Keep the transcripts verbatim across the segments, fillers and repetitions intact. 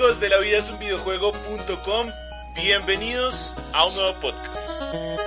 amigos de la vida es un videojuego punto com, bienvenidos a un nuevo podcast.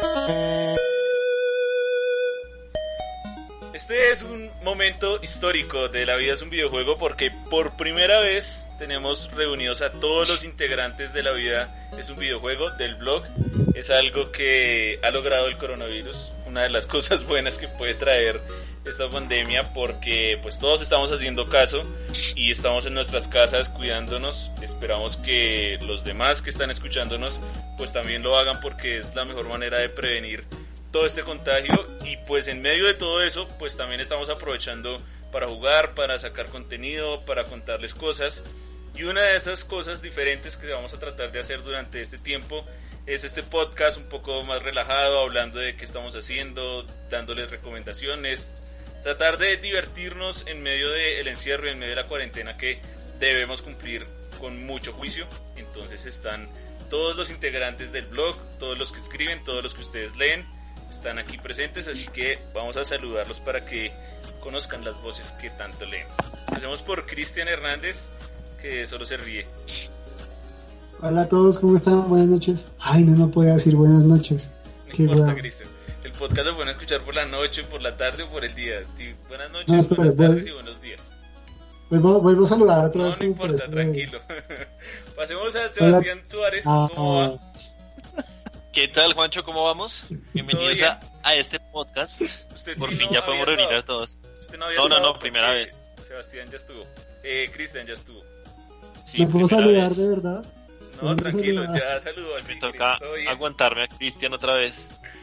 Este es un momento histórico de La vida es un videojuego porque por primera vez tenemos reunidos a todos los integrantes de La vida es un videojuego del blog. Es algo que ha logrado el coronavirus, una de las cosas buenas que puede traer esta pandemia, porque pues todos estamos haciendo caso y estamos en nuestras casas cuidándonos. Esperamos que los demás que están escuchándonos pues también lo hagan, porque es la mejor manera de prevenir todo este contagio. Y pues en medio de todo eso pues también estamos aprovechando para jugar, para sacar contenido, para contarles cosas. Y una de esas cosas diferentes que vamos a tratar de hacer durante este tiempo es este podcast un poco más relajado, hablando de qué estamos haciendo, dándoles recomendaciones, tratar de divertirnos en medio del encierro y en medio de la cuarentena que debemos cumplir con mucho juicio. Entonces están todos los integrantes del blog, todos los que escriben, todos los que ustedes leen, están aquí presentes, así que vamos a saludarlos para que conozcan las voces que tanto leen. Empecemos por Cristian Hernández, que solo se ríe. Hola a todos, ¿cómo están? Buenas noches. Ay, no, no podía decir buenas noches. No Qué importa, guau. Cristian. El podcast lo pueden escuchar por la noche, por la tarde o por el día. Sí, buenas noches, No, espera, buenas voy- tardes y buenos días. Vuelvo, vuelvo a saludar otra No, vez. no como por importa, eso de- tranquilo. Pasemos a Sebastián Suárez. Ah, ¿Cómo va? ¿Qué tal, Juancho? ¿Cómo vamos? Bienvenidos bien. a, a este podcast. Usted Por sí fin no ya podemos había reunir a estado. todos. Usted no había No, no, estado no, primera porque vez. Sebastián ya estuvo. Eh, Cristian ya estuvo. Sí, ¿Me puedo primera saludar vez. de verdad? No, ¿Me puedo tranquilo, saludar? ya saludó así. Me toca Cristian, todo bien. aguantarme a Cristian otra vez.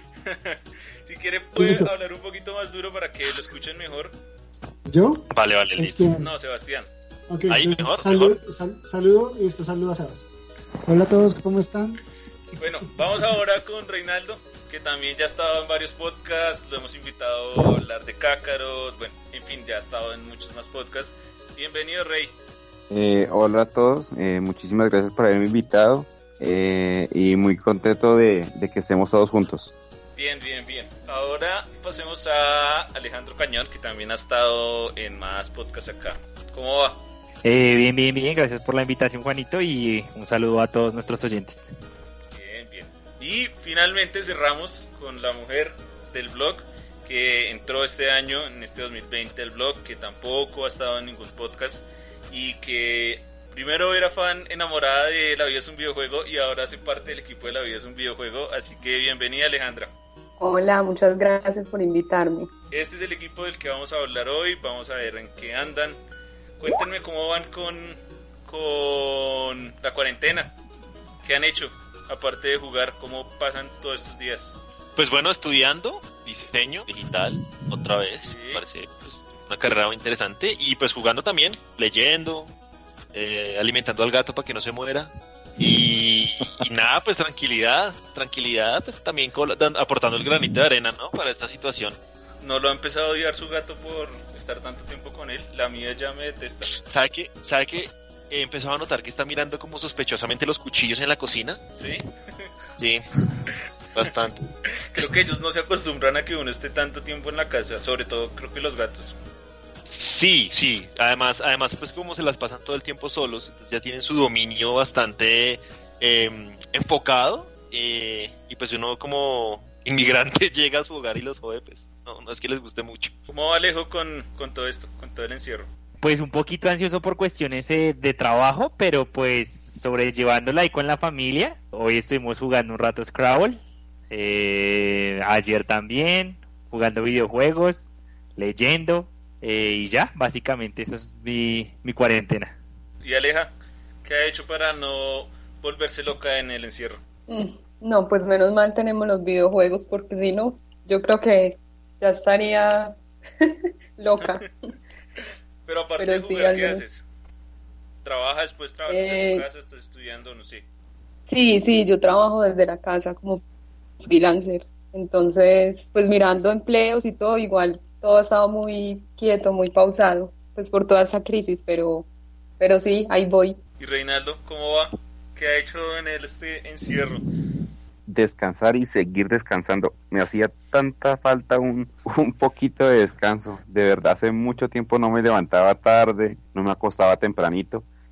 Si quiere puede Listo. hablar un poquito más duro para que lo escuchen mejor. ¿Yo? Vale, vale, listo. Este, No, Sebastián. ok, Ahí, entonces mejor, salu- sal- saludo y después saludo a Sebas. Hola a todos, ¿cómo están? Bueno, vamos ahora con Reinaldo, que también ya ha estado en varios podcasts, lo hemos invitado a hablar de Kakarot, bueno, en fin, ya ha estado en muchos más podcasts. Bienvenido, Rey. Eh, hola a todos, eh, muchísimas gracias por haberme invitado eh, y muy contento de, de que estemos todos juntos. Bien, bien, bien. Ahora pasemos a Alejandro Cañón, que también ha estado en más podcasts acá. ¿Cómo va? Eh, bien, bien, bien, gracias por la invitación, Juanito, y un saludo a todos nuestros oyentes. Bien, bien. Y finalmente cerramos con la mujer del blog, que entró este año, en este dos mil veinte, al blog, que tampoco ha estado en ningún podcast y que primero era fan enamorada de La vida es un videojuego y ahora hace parte del equipo de La vida es un videojuego. Así que bienvenida, Alejandra. Hola, muchas gracias por invitarme. Este es el equipo del que vamos a hablar hoy. Vamos a ver en qué andan. Cuéntenme cómo van con, con la cuarentena. ¿Qué han hecho? Aparte de jugar, ¿cómo pasan todos estos días? Pues bueno, estudiando diseño digital otra vez. Sí. Me parece pues, una carrera muy interesante. Y pues jugando también, leyendo, eh, alimentando al gato para que no se muera. Y, y nada, pues tranquilidad, tranquilidad, pues también col- dan- aportando el granito de arena, ¿no? Para esta situación. ¿No lo ha empezado a odiar su gato por estar tanto tiempo con él? La mía ya me detesta. ¿Sabe qué? ¿Sabe qué? He empezado a notar que está mirando como sospechosamente los cuchillos en la cocina. ¿Sí? Sí, bastante. Creo que ellos no se acostumbran a que uno esté tanto tiempo en la casa. Sobre todo creo que los gatos. Sí, sí. Además, además, pues como se las pasan todo el tiempo solos, entonces ya tienen su dominio bastante eh, enfocado. eh, y pues uno como inmigrante llega a su hogar y los jode, pues no, no es que les guste mucho. ¿Cómo va Alejo con, con todo esto? Con todo el encierro. Pues un poquito ansioso por cuestiones eh, de trabajo, pero pues sobrellevándola ahí con la familia. Hoy estuvimos jugando un rato Scrabble, eh, ayer también, jugando videojuegos, leyendo, eh, y ya, básicamente eso es mi, mi cuarentena. ¿Y Aleja? ¿Qué ha hecho para no volverse loca en el encierro? Mm, No, pues menos mal tenemos los videojuegos porque si no, yo creo que ya estaría loca. Pero aparte Pero de sí, jugar, ¿qué algo- haces? ¿Trabajas después trabajas en Eh, tu casa? ¿Estás estudiando? No sé. Sí, sí, yo trabajo desde la casa como freelancer. Entonces, pues mirando empleos y todo, igual todo ha estado muy quieto, muy pausado, pues por toda esa crisis, pero, pero sí, ahí voy. ¿Y Reinaldo, cómo va? ¿Qué ha hecho en el, este encierro? Descansar y seguir descansando. Me hacía tanta falta un, un poquito de descanso. De verdad, hace mucho tiempo no me levantaba tarde, no me acostaba tempranito.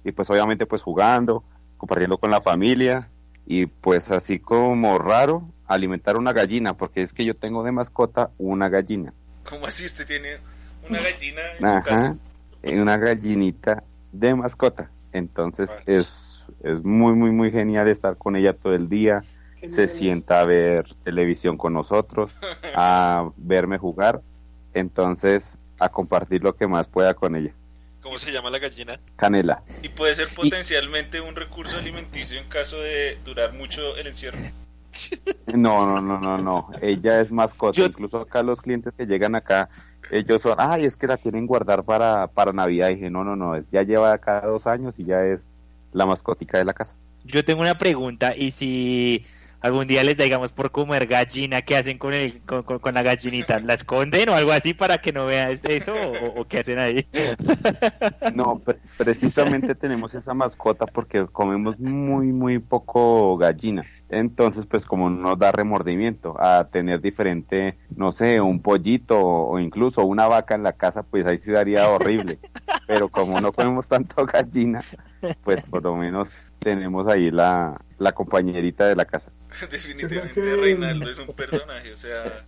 y pues obviamente pues jugando, compartiendo con la familia, y pues así como raro, alimentar una gallina, porque es que yo tengo de mascota una gallina. ¿Cómo así usted tiene una gallina en Ajá, su casa? una gallinita de mascota. Entonces Vale. es, es muy, muy, muy genial estar con ella todo el día. Qué Se niveles. sienta a ver televisión con nosotros, a verme jugar. Entonces, a compartir lo que más pueda con ella. ¿Cómo se llama la gallina? Canela. Y puede ser potencialmente un recurso alimenticio en caso de durar mucho el encierro. No, no, no, no, no. Ella es mascota. Yo- Incluso acá los clientes que llegan acá, ellos son, ay, es que la quieren guardar para, para Navidad. Y dije, no, no, no, es- ya lleva acá dos años y ya es la mascotica de la casa. Yo tengo una pregunta, y si algún día les da, digamos, por comer gallina, ¿qué hacen con el con, con- con la gallinita? ¿La esconden o algo así para que no vean eso? ¿O, o qué hacen ahí? No, pre- precisamente tenemos esa mascota porque comemos muy, muy poco gallina. Entonces, pues como nos da remordimiento a tener diferente, no sé, un pollito o, o incluso una vaca en la casa, pues ahí sí daría horrible. Pero como no comemos tanto gallina, pues por lo menos tenemos ahí la, la compañerita de la casa. Definitivamente Yo creo que- Reinaldo es un personaje, o sea,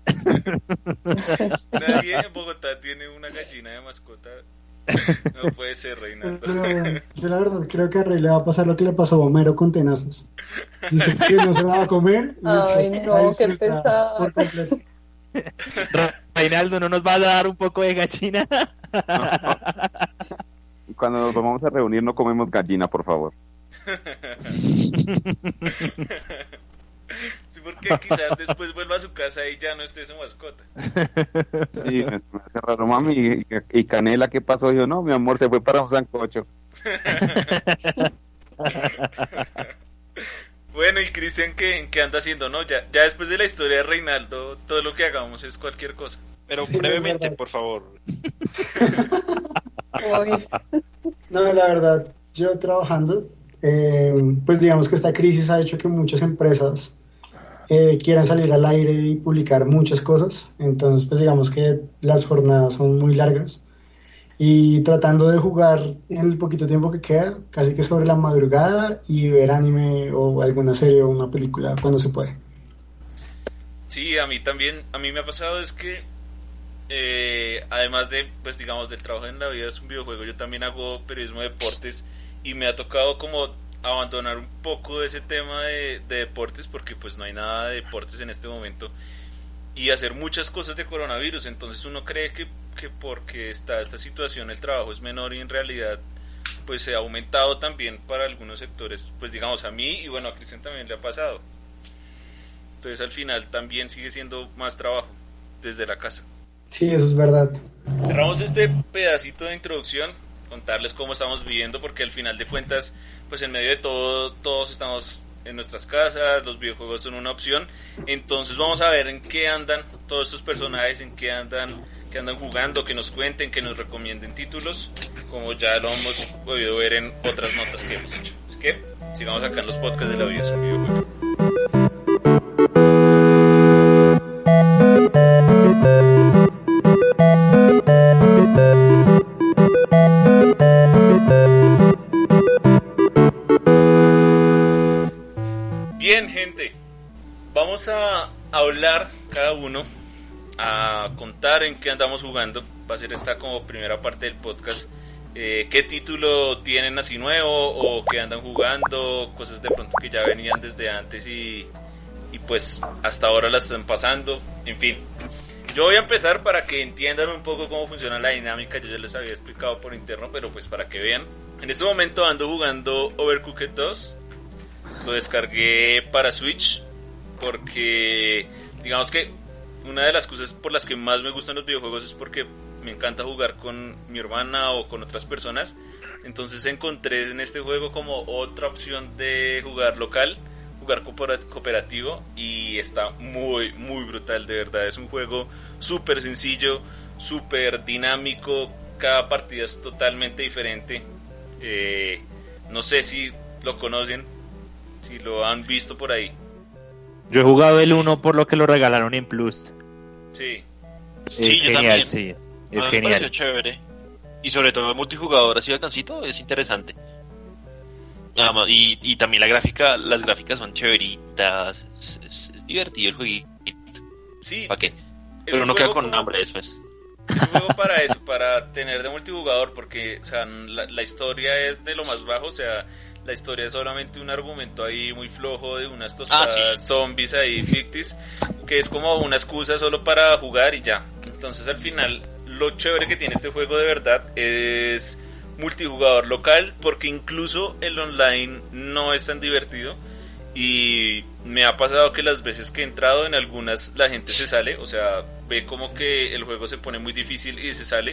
nadie en Bogotá tiene una gallina de mascota. No puede ser, Reinaldo. Pero yo la verdad creo que a Rey le va a pasar lo que le pasó a Homero con Tenazas. Dice que no se la va a comer y Ay, después no, va a qué disfrutar pesado. por completo. Reinaldo, ¿no nos va a dar un poco de gallina? Cuando nos vamos a reunir no comemos gallina, por favor. Sí, porque quizás después vuelva a su casa y ya no esté su mascota. Sí, me, me hace raro, mami. ¿Y, y Canela qué pasó? Yo, no, mi amor, se fue para un sancocho. Bueno, y Cristian, ¿qué, ¿qué anda haciendo? No, ya, ya después de la historia de Reinaldo, todo lo que hagamos es cualquier cosa. Pero Sí, es brevemente, verdad. por favor. Uy, No, la verdad, yo trabajando, eh, pues digamos que esta crisis ha hecho que muchas empresas eh, quieran salir al aire y publicar muchas cosas. Entonces, pues digamos que las jornadas son muy largas. Y tratando de jugar en el poquito tiempo que queda, casi que sobre la madrugada, y ver anime o alguna serie o una película cuando se puede. Sí, a mí también, a mí me ha pasado es que eh, además de, pues digamos, del trabajo en la vida es un videojuego, yo también hago periodismo de deportes y me ha tocado como abandonar un poco de ese tema de, de deportes porque pues no hay nada de deportes en este momento y hacer muchas cosas de coronavirus, entonces uno cree que, que porque está esta situación el trabajo es menor y en realidad pues se ha aumentado también para algunos sectores, pues digamos a mí y bueno a Cristian también le ha pasado. Entonces al final también sigue siendo más trabajo desde la casa. Sí, eso es verdad. Cerramos este pedacito de introducción, contarles cómo estamos viviendo, porque al final de cuentas, pues en medio de todo, todos estamos en nuestras casas, los videojuegos son una opción, entonces vamos a ver en qué andan todos estos personajes, en qué andan, qué andan jugando, que nos cuenten, que nos recomienden títulos, como ya lo hemos podido ver en otras notas que hemos hecho. Así que sigamos acá en los podcasts de La Vida es un Videojuego. Bien, gente, vamos a hablar cada uno, a contar en qué andamos jugando. Va a ser esta como primera parte del podcast. Eh, ¿Qué título tienen así nuevo o qué andan jugando? Cosas de pronto que ya venían desde antes y, y pues hasta ahora las están pasando. En fin, yo voy a empezar para que entiendan un poco cómo funciona la dinámica. Yo ya les había explicado por interno, pero pues para que vean. En este momento ando jugando Overcooked dos. Lo descargué para Switch porque digamos que una de las cosas por las que más me gustan los videojuegos es porque me encanta jugar con mi hermana o con otras personas. Entonces encontré en este juego como otra opción de jugar local, jugar cooperativo, y está muy muy brutal, de verdad. Es un juego súper sencillo, súper dinámico, cada partida es totalmente diferente. eh, no sé si lo conocen, si lo han visto por ahí. Yo he jugado el uno por lo que lo regalaron en Plus. Sí. Sí, es yo genial, también. sí. A Es mí me pareció genial. chévere. Y sobre todo el multijugador así alcancito es interesante. Y, y también la gráfica, las gráficas son chéveritas, es, es, es divertido el jueguito. Sí. ¿Para qué? Pero uno queda con como... hambre después. Es un juego para eso, para tener de multijugador, porque o sea, la, la historia es de lo más bajo, o sea, la historia es solamente un argumento ahí muy flojo de unas tostadas ah, sí. zombies ahí fictis, que es como una excusa solo para jugar y ya. Entonces al final, lo chévere que tiene este juego de verdad es multijugador local, porque incluso el online no es tan divertido. Y me ha pasado que las veces que he entrado en algunas la gente se sale, o sea, ve como que el juego se pone muy difícil y se sale.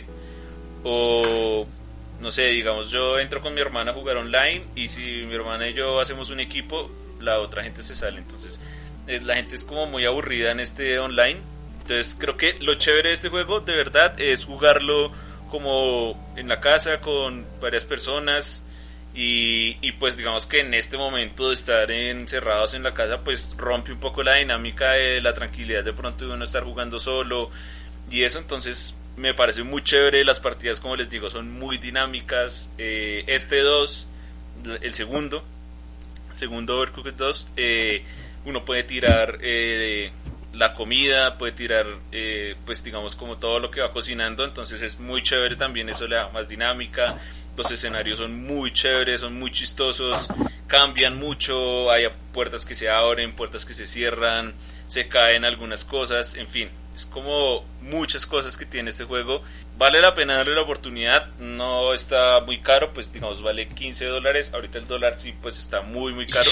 O no sé, digamos, yo entro con mi hermana a jugar online y si mi hermana y yo hacemos un equipo, la otra gente se sale. Entonces es, la gente es como muy aburrida en este online. Entonces creo que lo chévere de este juego de verdad es jugarlo como en la casa con varias personas. Y, y pues digamos que en este momento de estar encerrados en la casa pues rompe un poco la dinámica de la tranquilidad de pronto de uno estar jugando solo y eso. Entonces me parece muy chévere, las partidas como les digo son muy dinámicas. eh, este dos, el segundo segundo Overcooked dos, eh, uno puede tirar eh, la comida, puede tirar eh, pues digamos como todo lo que va cocinando, entonces es muy chévere también, eso le da más dinámica. Los escenarios son muy chéveres, son muy chistosos, cambian mucho, hay puertas que se abren, puertas que se cierran, se caen algunas cosas, en fin, es como muchas cosas que tiene este juego. Vale la pena darle la oportunidad, no está muy caro, pues digamos vale quince dólares, ahorita el dólar sí pues está muy muy caro,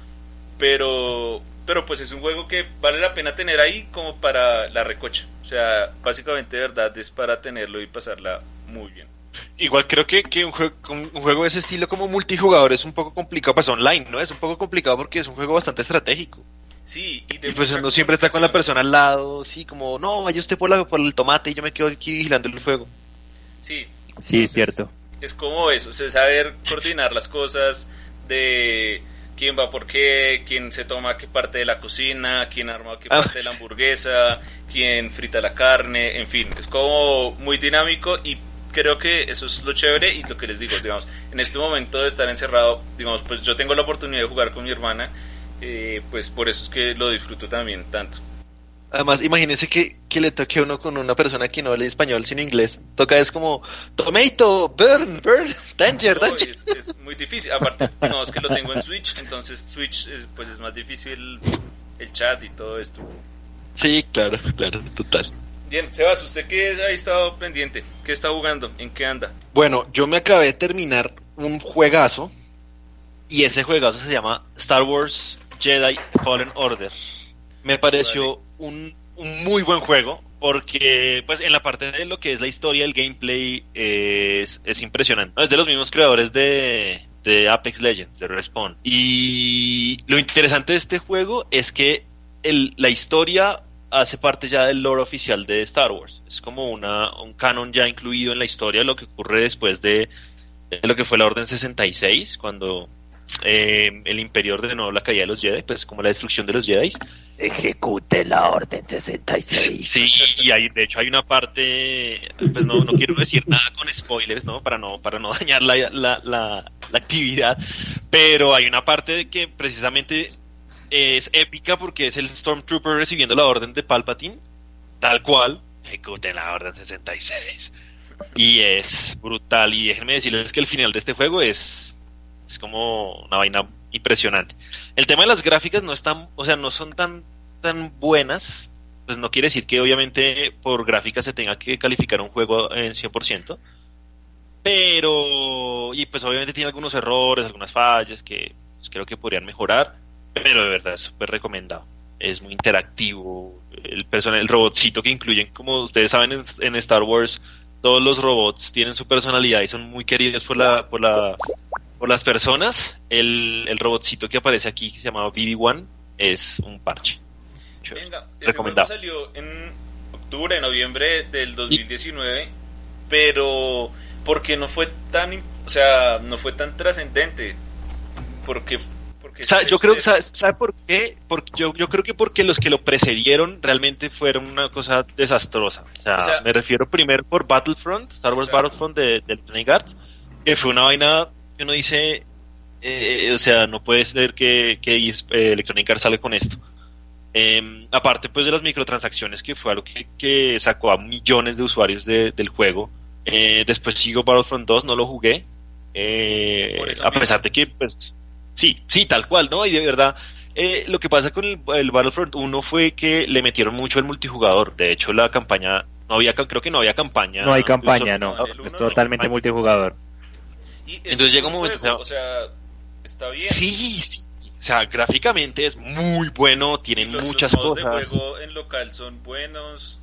pero, pero pues es un juego que vale la pena tener ahí como para la recocha, o sea, básicamente de verdad es para tenerlo y pasarla muy bien. Igual creo que, que un, juego, un juego de ese estilo como multijugador es un poco complicado, pues online, ¿no? Es un poco complicado porque es un juego bastante estratégico. Sí, y, de y pues uno siempre está con la persona al lado, sí, como, no, vaya usted por, la, por el tomate y yo me quedo aquí vigilando el fuego. Sí, sí, es cierto. Es como eso, o sea, saber coordinar las cosas de quién va por qué, quién se toma qué parte de la cocina, quién arma qué parte ah. de la hamburguesa, quién frita la carne, en fin, es como muy dinámico y creo que eso es lo chévere y lo que les digo, digamos, en este momento de estar encerrado, digamos, pues yo tengo la oportunidad de jugar con mi hermana, eh, pues por eso es que lo disfruto también tanto. Además, imagínense que, que le toque a uno con una persona que no habla español sino inglés, toca es como, tomato, burn, burn, danger, no, danger. Es, es muy difícil, aparte, digamos que lo tengo en Switch, entonces Switch es, pues es más difícil el chat y todo esto. Sí, claro, claro, total. Bien, Sebas, ¿usted qué ha estado pendiente? ¿Qué está jugando? ¿En qué anda? Bueno, yo me acabé de terminar un juegazo y ese juegazo se llama Star Wars Jedi Fallen Order. Me pareció vale. un, un muy buen juego porque pues en la parte de lo que es la historia, el gameplay es, es impresionante. Es de los mismos creadores de, de Apex Legends, de Respawn. Y lo interesante de este juego es que el, la historia hace parte ya del lore oficial de Star Wars. Es como una un canon ya incluido en la historia de lo que ocurre después de, de lo que fue la Orden sesenta y seis, cuando eh, el Imperio ordenó la caída de los Jedi, pues como la destrucción de los Jedi. Ejecute la Orden sesenta y seis. Sí, y hay, de hecho hay una parte, pues no, no quiero decir nada con spoilers, ¿no? Para no, para no dañar la, la, la, la actividad, pero hay una parte de que precisamente es épica porque es el Stormtrooper recibiendo la orden de Palpatine, tal cual, ejecuten la orden sesenta y seis. Y es brutal. Y déjenme decirles que el final de este juego es, es como una vaina impresionante. El tema de las gráficas no están, o sea, no son tan, tan buenas. Pues no quiere decir que obviamente por gráficas se tenga que calificar un juego en cien por ciento. Pero, y pues obviamente tiene algunos errores, algunas fallas que pues, creo que podrían mejorar. Pero de verdad es súper recomendado. Es muy interactivo. El personal, el robotcito que incluyen, como ustedes saben en, en Star Wars, todos los robots tienen su personalidad y son muy queridos por la, por la, por las personas. El, el robotcito que aparece aquí, que se llama B D uno, es un parche. Venga, ese juego salió en octubre, noviembre del dos mil diecinueve, y... pero ¿por qué no fue tan, o sea, no fue tan trascendente? Porque ¿Sabe, yo creo que sabe, ¿sabe por qué? Porque yo, yo creo que porque los que lo precedieron realmente fueron una cosa desastrosa. O sea, o sea me refiero primero por Battlefront, Star Wars Battlefront de, de Electronic Arts, que fue una vaina que uno dice, Eh, o sea, no puede ser que, que eh, Electronic Arts sale con esto. Eh, aparte pues de las microtransacciones, que fue algo que, que sacó a millones de usuarios de, del juego. Eh, después sigo Battlefront dos, no lo jugué. Eh, a pesar de que, pues, sí, sí, tal cual, ¿no? Y de verdad, eh, lo que pasa con el, el Battlefront uno fue que le metieron mucho el multijugador. De hecho, la campaña, no había, creo que no había campaña. No hay campaña, no. Es totalmente multijugador. Y entonces llega un momento, juego, o sea, está bien. Sí, sí. O sea, gráficamente es muy bueno, tiene los, muchas los modos cosas. de juego en local son buenos.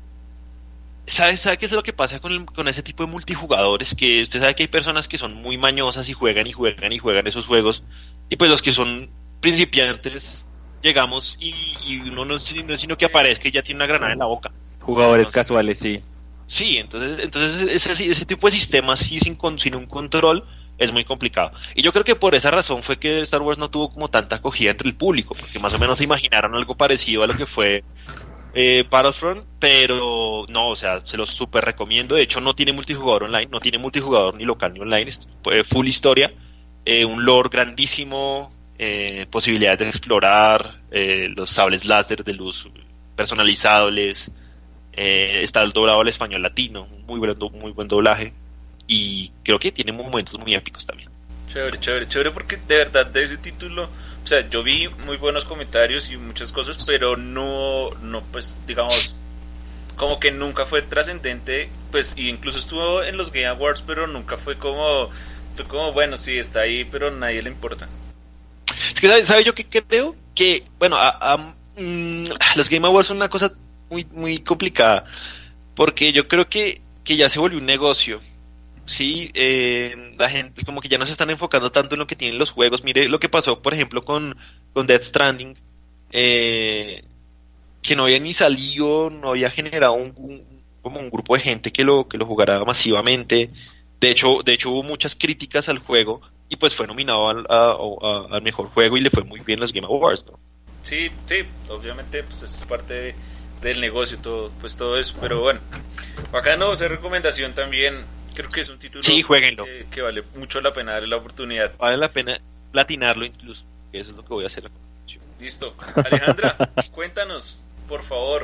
¿Sabes sabe qué es lo que pasa con, el, con ese tipo de multijugadores? Que usted sabe que hay personas que son muy mañosas y juegan y juegan y juegan esos juegos. Y pues los que son principiantes, llegamos y, y uno no es, no es sino que aparezca y ya tiene una granada en la boca. Jugadores entonces, casuales, sí. Sí, entonces, entonces ese, ese tipo de sistemas sí, sin, sin un control es muy complicado. Y yo creo que por esa razón fue que Star Wars no tuvo como tanta acogida entre el público, porque más o menos se imaginaron algo parecido a lo que fue eh, Battlefront, pero no, o sea, se los súper recomiendo. De hecho, no tiene multijugador online, no tiene multijugador ni local ni online, es full historia, eh, un lore grandísimo, eh, posibilidades de explorar, eh, los sables láser de luz personalizables, eh, está el doblado al español latino, muy buen, muy buen doblaje. Y creo que tiene momentos muy épicos también. Chévere, chévere, chévere, porque de verdad de ese título, o sea, yo vi muy buenos comentarios y muchas cosas, pero no, no pues, digamos, como que nunca fue trascendente, pues, y incluso estuvo en los Game Awards, pero nunca fue como, fue como, bueno, sí, está ahí, pero a nadie le importa. Es que, ¿sabe, sabe yo qué creo? Que, bueno, a, a, mmm, los Game Awards son una cosa muy, muy complicada, porque yo creo que, que ya se volvió un negocio. Sí, eh, la gente como que ya no se están enfocando tanto en lo que tienen los juegos. Mire lo que pasó, por ejemplo, con, con Death Stranding, eh, que no había ni salido, no había generado un, un, como un grupo de gente que lo que lo jugara masivamente. De hecho, de hecho hubo muchas críticas al juego y pues fue nominado al, a, a, al mejor juego y le fue muy bien en los Game Awards, ¿no? Sí, sí, obviamente pues es parte de, del negocio, todo, pues todo eso. Pero bueno, acá no hacer recomendación también. Creo que es un título sí, jueguenlo. Que, que vale mucho la pena darle la oportunidad. Vale la pena platinarlo incluso. Eso es lo que voy a hacer. Listo. Alejandra, cuéntanos, por favor,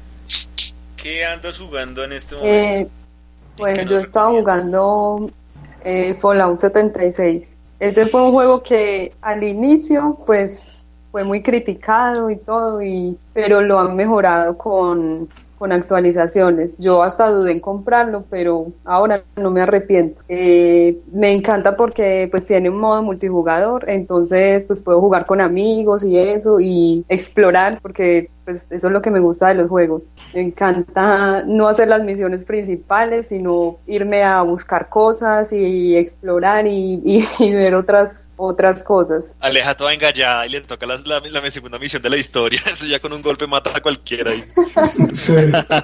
¿qué andas jugando en este momento? Eh, bueno, yo estaba jugando eh, Fallout setenta y seis. Ese fue un juego que al inicio, pues, fue muy criticado y todo, y pero lo han mejorado con... con actualizaciones. Yo hasta dudé en comprarlo, pero ahora no me arrepiento. Eh, me encanta porque pues tiene un modo multijugador, entonces pues puedo jugar con amigos y eso, y explorar, porque pues eso es lo que me gusta de los juegos. Me encanta no hacer las misiones principales, sino irme a buscar cosas y explorar y, y, y ver otras otras cosas. Aleja toda engallada y le toca la, la, la segunda misión de la historia. Eso ya con un golpe mata a cualquiera. Y... sí.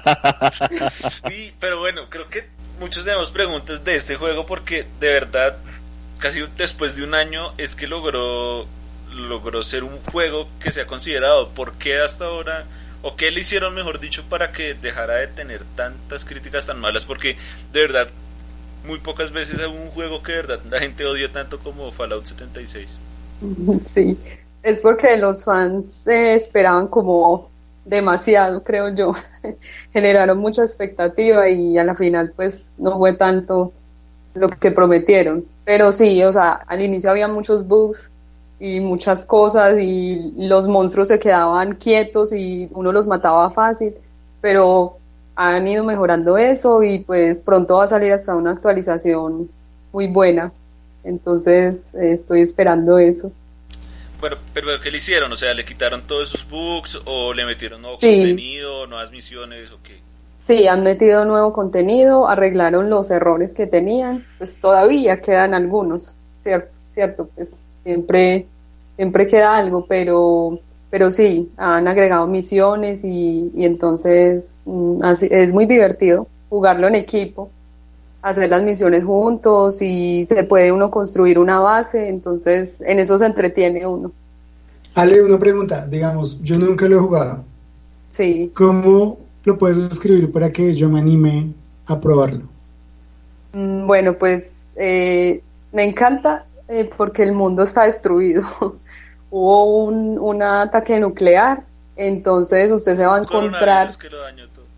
Sí, pero bueno, creo que muchos tenemos preguntas de este juego porque de verdad casi después de un año es que logró logró ser un juego que se ha considerado. ¿Por qué hasta ahora? ¿O qué le hicieron, mejor dicho, para que dejara de tener tantas críticas tan malas? Porque de verdad muy pocas veces hay un juego que de verdad la gente odia tanto como Fallout setenta y seis. Sí, es porque los fans eh, esperaban como demasiado, creo yo. Generaron mucha expectativa y a la final pues no fue tanto lo que prometieron. Pero sí, o sea, al inicio había muchos bugs y muchas cosas y los monstruos se quedaban quietos y uno los mataba fácil, pero han ido mejorando eso y pues pronto va a salir hasta una actualización muy buena. Entonces eh, estoy esperando eso. Bueno, pero ¿qué le hicieron? O sea, ¿le quitaron todos esos bugs o le metieron nuevo sí. contenido, nuevas misiones o qué? Sí, han metido nuevo contenido, arreglaron los errores que tenían, pues todavía quedan algunos, cierto, cierto, pues siempre, siempre queda algo, pero, pero sí, han agregado misiones y, y entonces mm, así, es muy divertido jugarlo en equipo, hacer las misiones juntos y se puede uno construir una base, entonces en eso se entretiene uno. Ale, una pregunta, digamos, yo nunca lo he jugado. Sí. ¿Cómo lo puedes escribir para que yo me anime a probarlo? Mm, bueno, pues eh, me encanta eh, porque el mundo está destruido. Hubo un, un ataque nuclear, entonces usted se va a encontrar... Que lo dañó todo.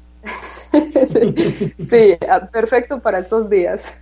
Sí, perfecto para estos días.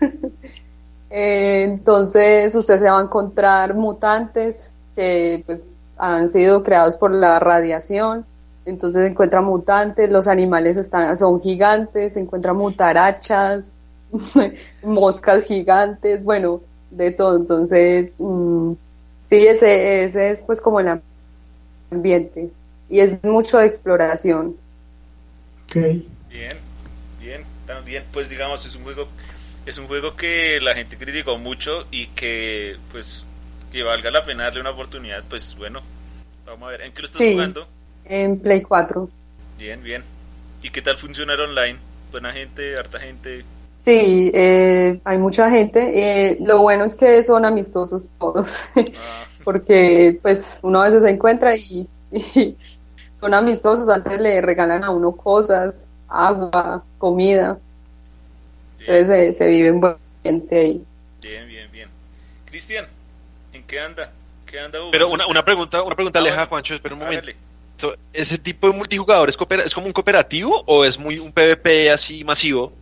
Entonces usted se va a encontrar mutantes que pues han sido creados por la radiación. Entonces se encuentran mutantes, los animales están, son gigantes, se encuentran mutarachas, moscas gigantes, bueno, de todo. Entonces, mmm, sí, ese, ese es pues como el ambiente y es mucho de exploración. Okay. Bien, bien, también pues digamos es un juego, es un juego que la gente criticó mucho y que pues que valga la pena darle una oportunidad, pues bueno, vamos a ver, ¿en qué lo estás sí. jugando? En Play cuatro. Bien, bien. ¿Y qué tal funcionar online? ¿Buena gente? ¿Harta gente? Sí, eh, hay mucha gente. Eh, lo bueno es que son amistosos todos. Ah. Porque pues uno a veces se encuentra y, y son amistosos. Antes le regalan a uno cosas, agua, comida. Bien. Entonces se, se vive un buen ambiente ahí. Bien, bien, bien. Cristian, ¿en qué anda? ¿Qué anda jugando? Pero una, una pregunta, una pregunta ah, aleja, bueno. Juancho, espera un momento. ¿Ese tipo de multijugador es, es como un cooperativo o es muy un PvP así masivo?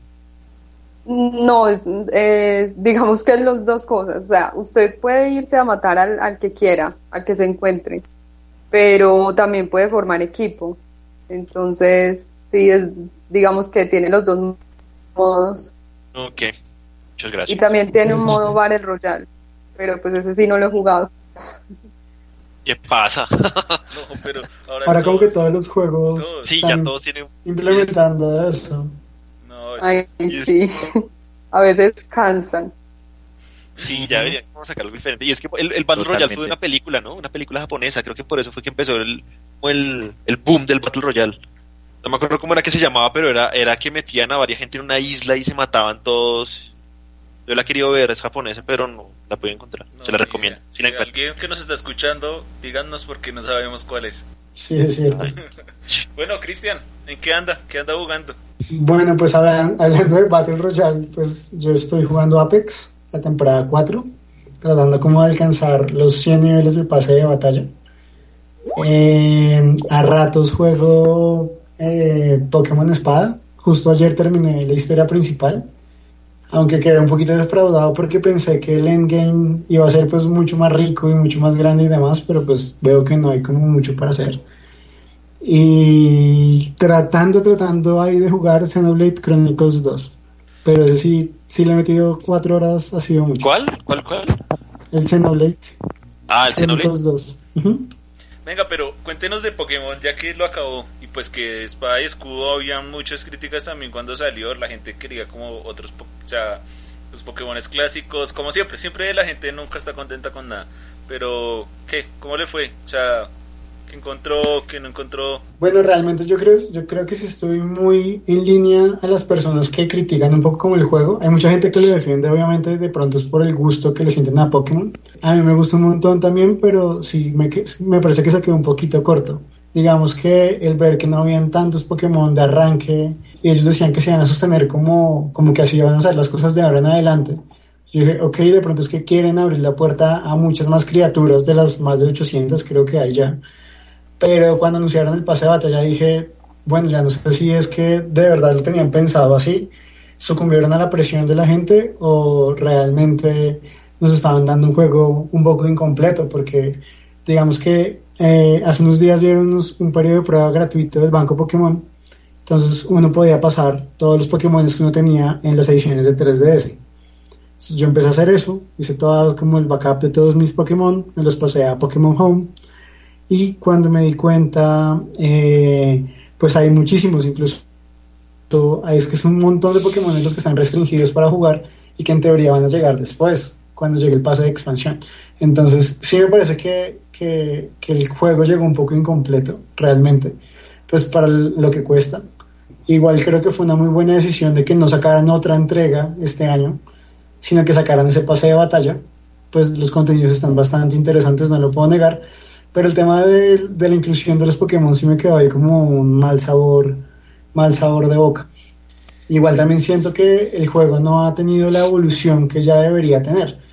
No, es, es digamos que es las dos cosas. O sea, usted puede irse a matar al, al que quiera, al que se encuentre, pero también puede formar equipo. Entonces, sí, es, digamos que tiene los dos modos. Ok, muchas gracias. Y también tiene un modo Battle Royale, pero pues ese sí no lo he jugado. ¿Qué pasa? No, pero ahora, ahora todos, como que todos los juegos todos. Sí, ya todos tienen implementando eso. No, es, Ay, es, sí. A veces cansan. Sí, ya deberían sacar algo diferente. Y es que el, el Battle Totalmente. Royale fue una película, ¿no? Una película japonesa. Creo que por eso fue que empezó el, el, el boom del Battle Royale. No me acuerdo cómo era que se llamaba, pero era, era que metían a varias gente en una isla y se mataban todos. Yo la he querido ver, es japonesa, pero no la pude encontrar. No, se la recomiendo. Si la alguien que nos está escuchando, díganos porque no sabemos cuál es. Sí, es cierto. Bueno, Cristian, ¿en qué anda? ¿Qué anda jugando? Bueno, pues hablando, hablando de Battle Royale, pues yo estoy jugando Apex, la temporada cuatro, tratando como de alcanzar los cien niveles de pase de batalla. Eh, a ratos juego eh, Pokémon Espada. Justo ayer terminé la historia principal, aunque quedé un poquito defraudado porque pensé que el endgame iba a ser pues mucho más rico y mucho más grande y demás, pero pues veo que no hay como mucho para hacer. Y tratando, tratando ahí de jugar Xenoblade Chronicles dos, pero ese sí, sí le he metido cuatro horas, ha sido mucho. ¿Cuál? ¿Cuál? ¿Cuál? El Xenoblade. Ah, el Xenoblade dos. Uh-huh. Venga, pero cuéntenos de Pokémon, ya que lo acabó, y pues que Espada y Escudo había muchas críticas también cuando salió, la gente quería como otros, o sea, los Pokémones clásicos, como siempre, siempre la gente nunca está contenta con nada, pero ¿qué? ¿Cómo le fue? O sea, ¿qué encontró? ¿Qué no encontró? Bueno, realmente yo creo, yo creo que sí estoy muy en línea a las personas que critican un poco como el juego. Hay mucha gente que lo defiende, obviamente, de pronto es por el gusto que le sienten a Pokémon. A mí me gusta un montón también, pero sí me, me parece que se quedó un poquito corto. Digamos que el ver que no habían tantos Pokémon de arranque, y ellos decían que se iban a sostener como, como que así iban a ser las cosas de ahora en adelante. Yo dije, ok, de pronto es que quieren abrir la puerta a muchas más criaturas de las más de ochocientas, creo que hay ya. Pero cuando anunciaron el pase de batalla dije, bueno, ya no sé si es que de verdad lo tenían pensado así, sucumbieron a la presión de la gente o realmente nos estaban dando un juego un poco incompleto, porque digamos que eh, hace unos días dieron unos, un periodo de prueba gratuito del banco Pokémon, entonces uno podía pasar todos los Pokémon que uno tenía en las ediciones de tres D S. Entonces yo empecé a hacer eso, hice todo como el backup de todos mis Pokémon, me los pasé a Pokémon Home. Y cuando me di cuenta, eh, pues hay muchísimos, incluso es que es un montón de Pokémon los que están restringidos para jugar y que en teoría van a llegar después, cuando llegue el pase de expansión. Entonces sí me parece que, que, que el juego llegó un poco incompleto, realmente, pues para lo que cuesta. Igual creo que fue una muy buena decisión de que no sacaran otra entrega este año, sino que sacaran ese pase de batalla. Pues los contenidos están bastante interesantes, no lo puedo negar. Pero el tema de, de la inclusión de los Pokémon sí me quedó ahí como un mal sabor, mal sabor de boca. Igual también siento que el juego no ha tenido la evolución que ya debería tener.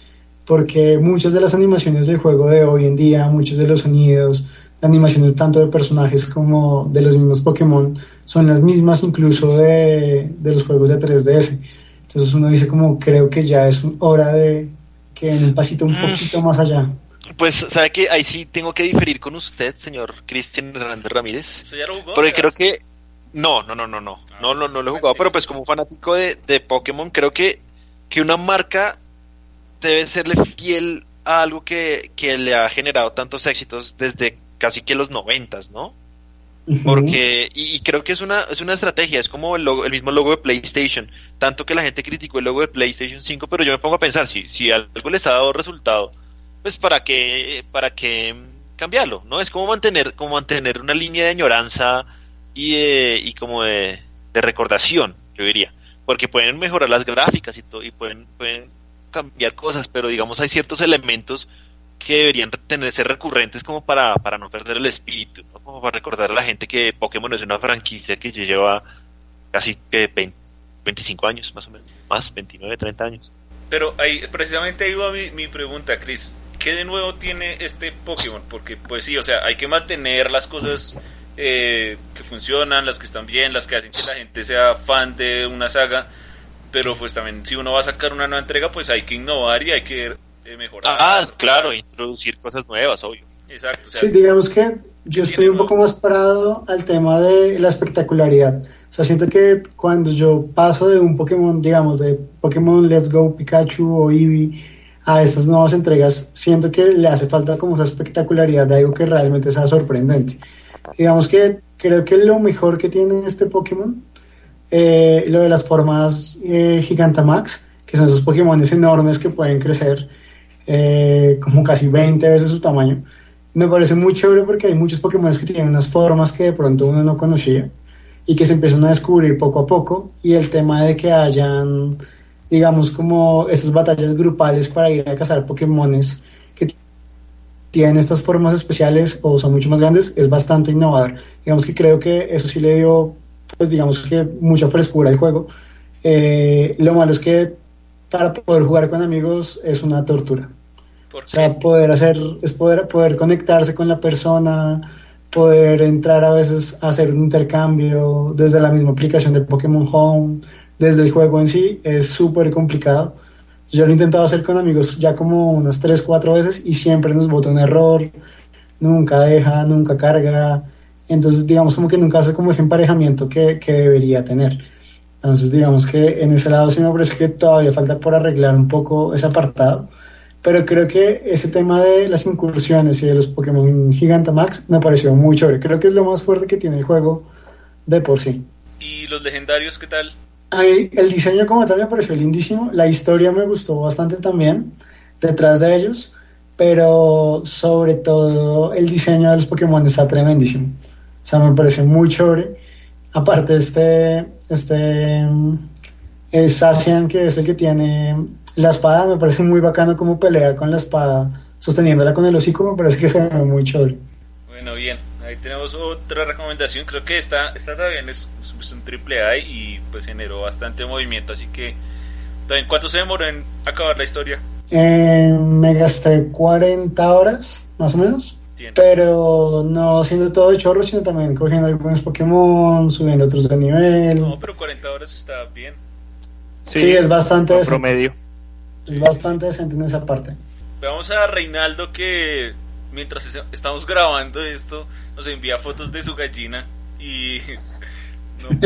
porque muchas de las animaciones del juego de hoy en día, muchos de los sonidos, animaciones tanto de personajes como de los mismos Pokémon, son las mismas incluso de, de los juegos de tres D S. Entonces uno dice como, creo que ya es hora de que den un pasito un poquito más allá. Pues, ¿sabe qué? Ahí sí tengo que diferir con usted, señor Cristian Hernández Ramírez. ¿Usted ya lo jugó? Porque creo que... No, no, no, no, no. Ah, no, no, no lo he jugado, pero pues como un fanático de, de Pokémon, creo que, que una marca debe serle fiel a algo que, que le ha generado tantos éxitos desde casi que los noventas, ¿no? Uh-huh. Porque, y, y creo que es una, es una estrategia, es como el, logo, el mismo logo de PlayStation, tanto que la gente criticó el logo de PlayStation cinco, pero yo me pongo a pensar, si, si algo les ha dado resultado, pues para qué, para qué cambiarlo, ¿no? Es como mantener, como mantener una línea de añoranza y de, y como de, de recordación, yo diría, porque pueden mejorar las gráficas y todo, y pueden, pueden cambiar cosas, pero digamos hay ciertos elementos que deberían tener, ser recurrentes como para, para no perder el espíritu, ¿no? Como para recordar a la gente que Pokémon es una franquicia que ya lleva casi que veinte, veinticinco años, más o menos, más, veintinueve, treinta años. Pero ahí, precisamente ahí va mi, mi pregunta, Chris. ¿Qué de nuevo tiene este Pokémon? Porque, pues sí, o sea, hay que mantener las cosas eh, que funcionan, las que están bien, las que hacen que la gente sea fan de una saga. Pero, pues también, si uno va a sacar una nueva entrega, pues hay que innovar y hay que eh, mejorar. Ah, claro, introducir cosas nuevas, obvio. Exacto. O sea, sí, digamos que yo estoy un poco más parado al tema de la espectacularidad. O sea, siento que cuando yo paso de un Pokémon, digamos, de Pokémon Let's Go Pikachu o Eevee a estas nuevas entregas, siento que le hace falta como esa espectacularidad de algo que realmente sea sorprendente. Digamos que creo que lo mejor que tiene este Pokémon, eh, lo de las formas eh, Gigantamax, que son esos Pokémones enormes que pueden crecer eh, como casi veinte veces su tamaño, me parece muy chévere porque hay muchos Pokémon que tienen unas formas que de pronto uno no conocía y que se empiezan a descubrir poco a poco, y el tema de que hayan, digamos, como esas batallas grupales para ir a cazar Pokémones que tienen estas formas especiales o son mucho más grandes, es bastante innovador. Digamos que creo que eso sí le dio, pues digamos que mucha frescura al juego. Eh, lo malo es que para poder jugar con amigos es una tortura. ¿Por qué? O sea, poder hacer, es poder, poder conectarse con la persona, poder entrar a veces a hacer un intercambio desde la misma aplicación de Pokémon Home, desde el juego en sí, es súper complicado. Yo lo he intentado hacer con amigos ya como unas tres, cuatro veces y siempre nos bota un error, nunca deja, nunca carga, entonces digamos como que nunca hace como ese emparejamiento que, que debería tener. Entonces digamos que en ese lado sí me parece que todavía falta por arreglar un poco ese apartado, pero creo que ese tema de las incursiones y de los Pokémon Gigantamax me pareció muy chévere, creo que es lo más fuerte que tiene el juego de por sí. ¿Y los legendarios qué tal? Ay, el diseño como tal me pareció lindísimo, la historia me gustó bastante también detrás de ellos, pero sobre todo el diseño de los Pokémon está tremendísimo, o sea, me parece muy chévere. Aparte este este es Zacian, que es el que tiene la espada, me parece muy bacano como pelea con la espada sosteniéndola con el hocico, me parece que se ve muy chévere. Bueno, bien, ahí tenemos otra recomendación. Creo que esta, esta también es, es un triple A y pues generó bastante movimiento, así que también, ¿cuánto se demoró en acabar la historia? Eh, me gasté cuarenta horas, más o menos. Entiendo. Pero no haciendo todo de chorro, sino también cogiendo algunos Pokémon, subiendo otros de nivel. No, pero cuarenta horas está bien. Sí, sí, es bastante decente. Promedio. Es bastante decente en esa parte. Vamos a Reinaldo, que mientras estamos grabando esto nos envía fotos de su gallina y no.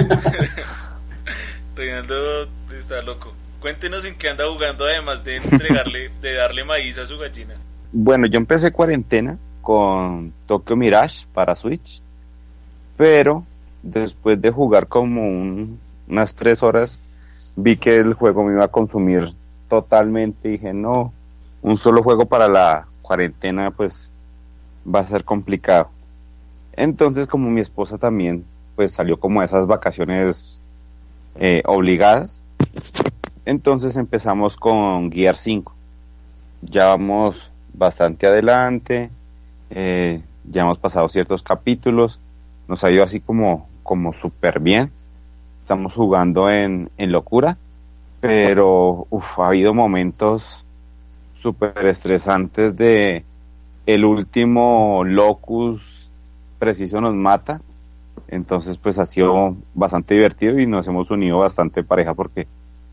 Reinaldo está loco. Cuéntenos en qué anda jugando, además de entregarle, de darle maíz a su gallina. Bueno, yo empecé cuarentena con Tokyo Mirage para Switch, pero después de jugar como un, unas tres horas vi que el juego me iba a consumir totalmente y dije no, un solo juego para la cuarentena pues va a ser complicado. Entonces, como mi esposa también pues salió como a esas vacaciones eh, obligadas, entonces empezamos con Gear cinco. Ya vamos bastante adelante, eh, ya hemos pasado ciertos capítulos, nos ha ido así como, como súper bien. Estamos jugando en, en locura, pero uf, ha habido momentos súper estresantes de el último Locus preciso nos mata. Entonces pues ha sido bastante divertido y nos hemos unido bastante pareja porque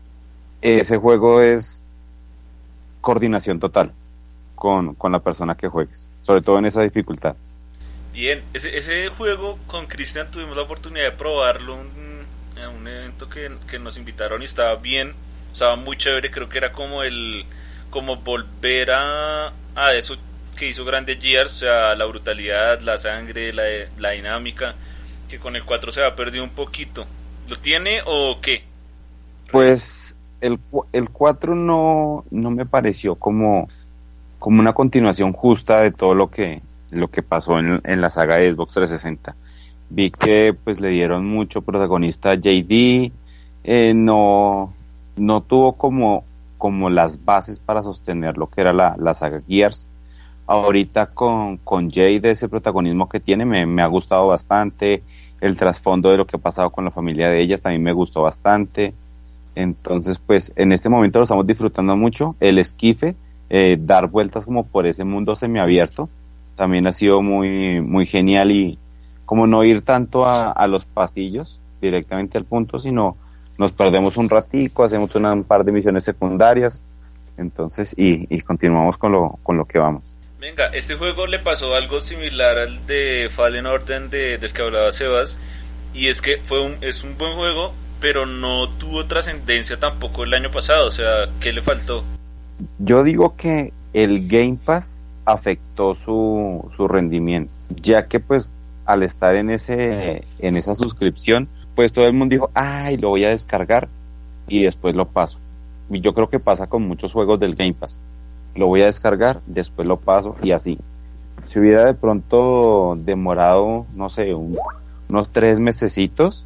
ese juego es coordinación total con, con la persona que juegues, sobre todo en esa dificultad. Bien, ese, ese juego con Cristian tuvimos la oportunidad de probarlo un, en un evento que, que nos invitaron y estaba bien, estaba muy chévere, creo que era como el como volver a, a eso que hizo Grande Gears, o sea, la brutalidad, la sangre, la, la dinámica, que con el cuatro se ha perdido un poquito. ¿Lo tiene o qué? Pues el, el cuatro no, no me pareció como, como una continuación justa de todo lo que lo que pasó en, en la saga de Xbox trescientos sesenta. Vi que pues le dieron mucho protagonista a J D, eh, no, no tuvo como, como las bases para sostener lo que era la, la saga Gears. Ahorita con, con Jade, ese protagonismo que tiene me, me ha gustado bastante, el trasfondo de lo que ha pasado con la familia de ellas también me gustó bastante. Entonces pues en este momento lo estamos disfrutando mucho, el esquife, eh, dar vueltas como por ese mundo semiabierto también ha sido muy muy genial, y como no ir tanto a, a los pasillos directamente al punto, sino nos perdemos un ratico, hacemos una, un par de misiones secundarias, entonces y, y continuamos con lo con lo que vamos. Venga, este juego le pasó algo similar al de Fallen Order de, del que hablaba Sebas, y es que fue un, es un buen juego, pero no tuvo trascendencia tampoco el año pasado, o sea, ¿qué le faltó? Yo digo que el Game Pass afectó su, su rendimiento, ya que pues al estar en ese en esa suscripción, pues todo el mundo dijo, ay, lo voy a descargar y después lo paso. Y yo creo que pasa con muchos juegos del Game Pass, lo voy a descargar, después lo paso y así. Si hubiera de pronto demorado, no sé, un, unos tres mesecitos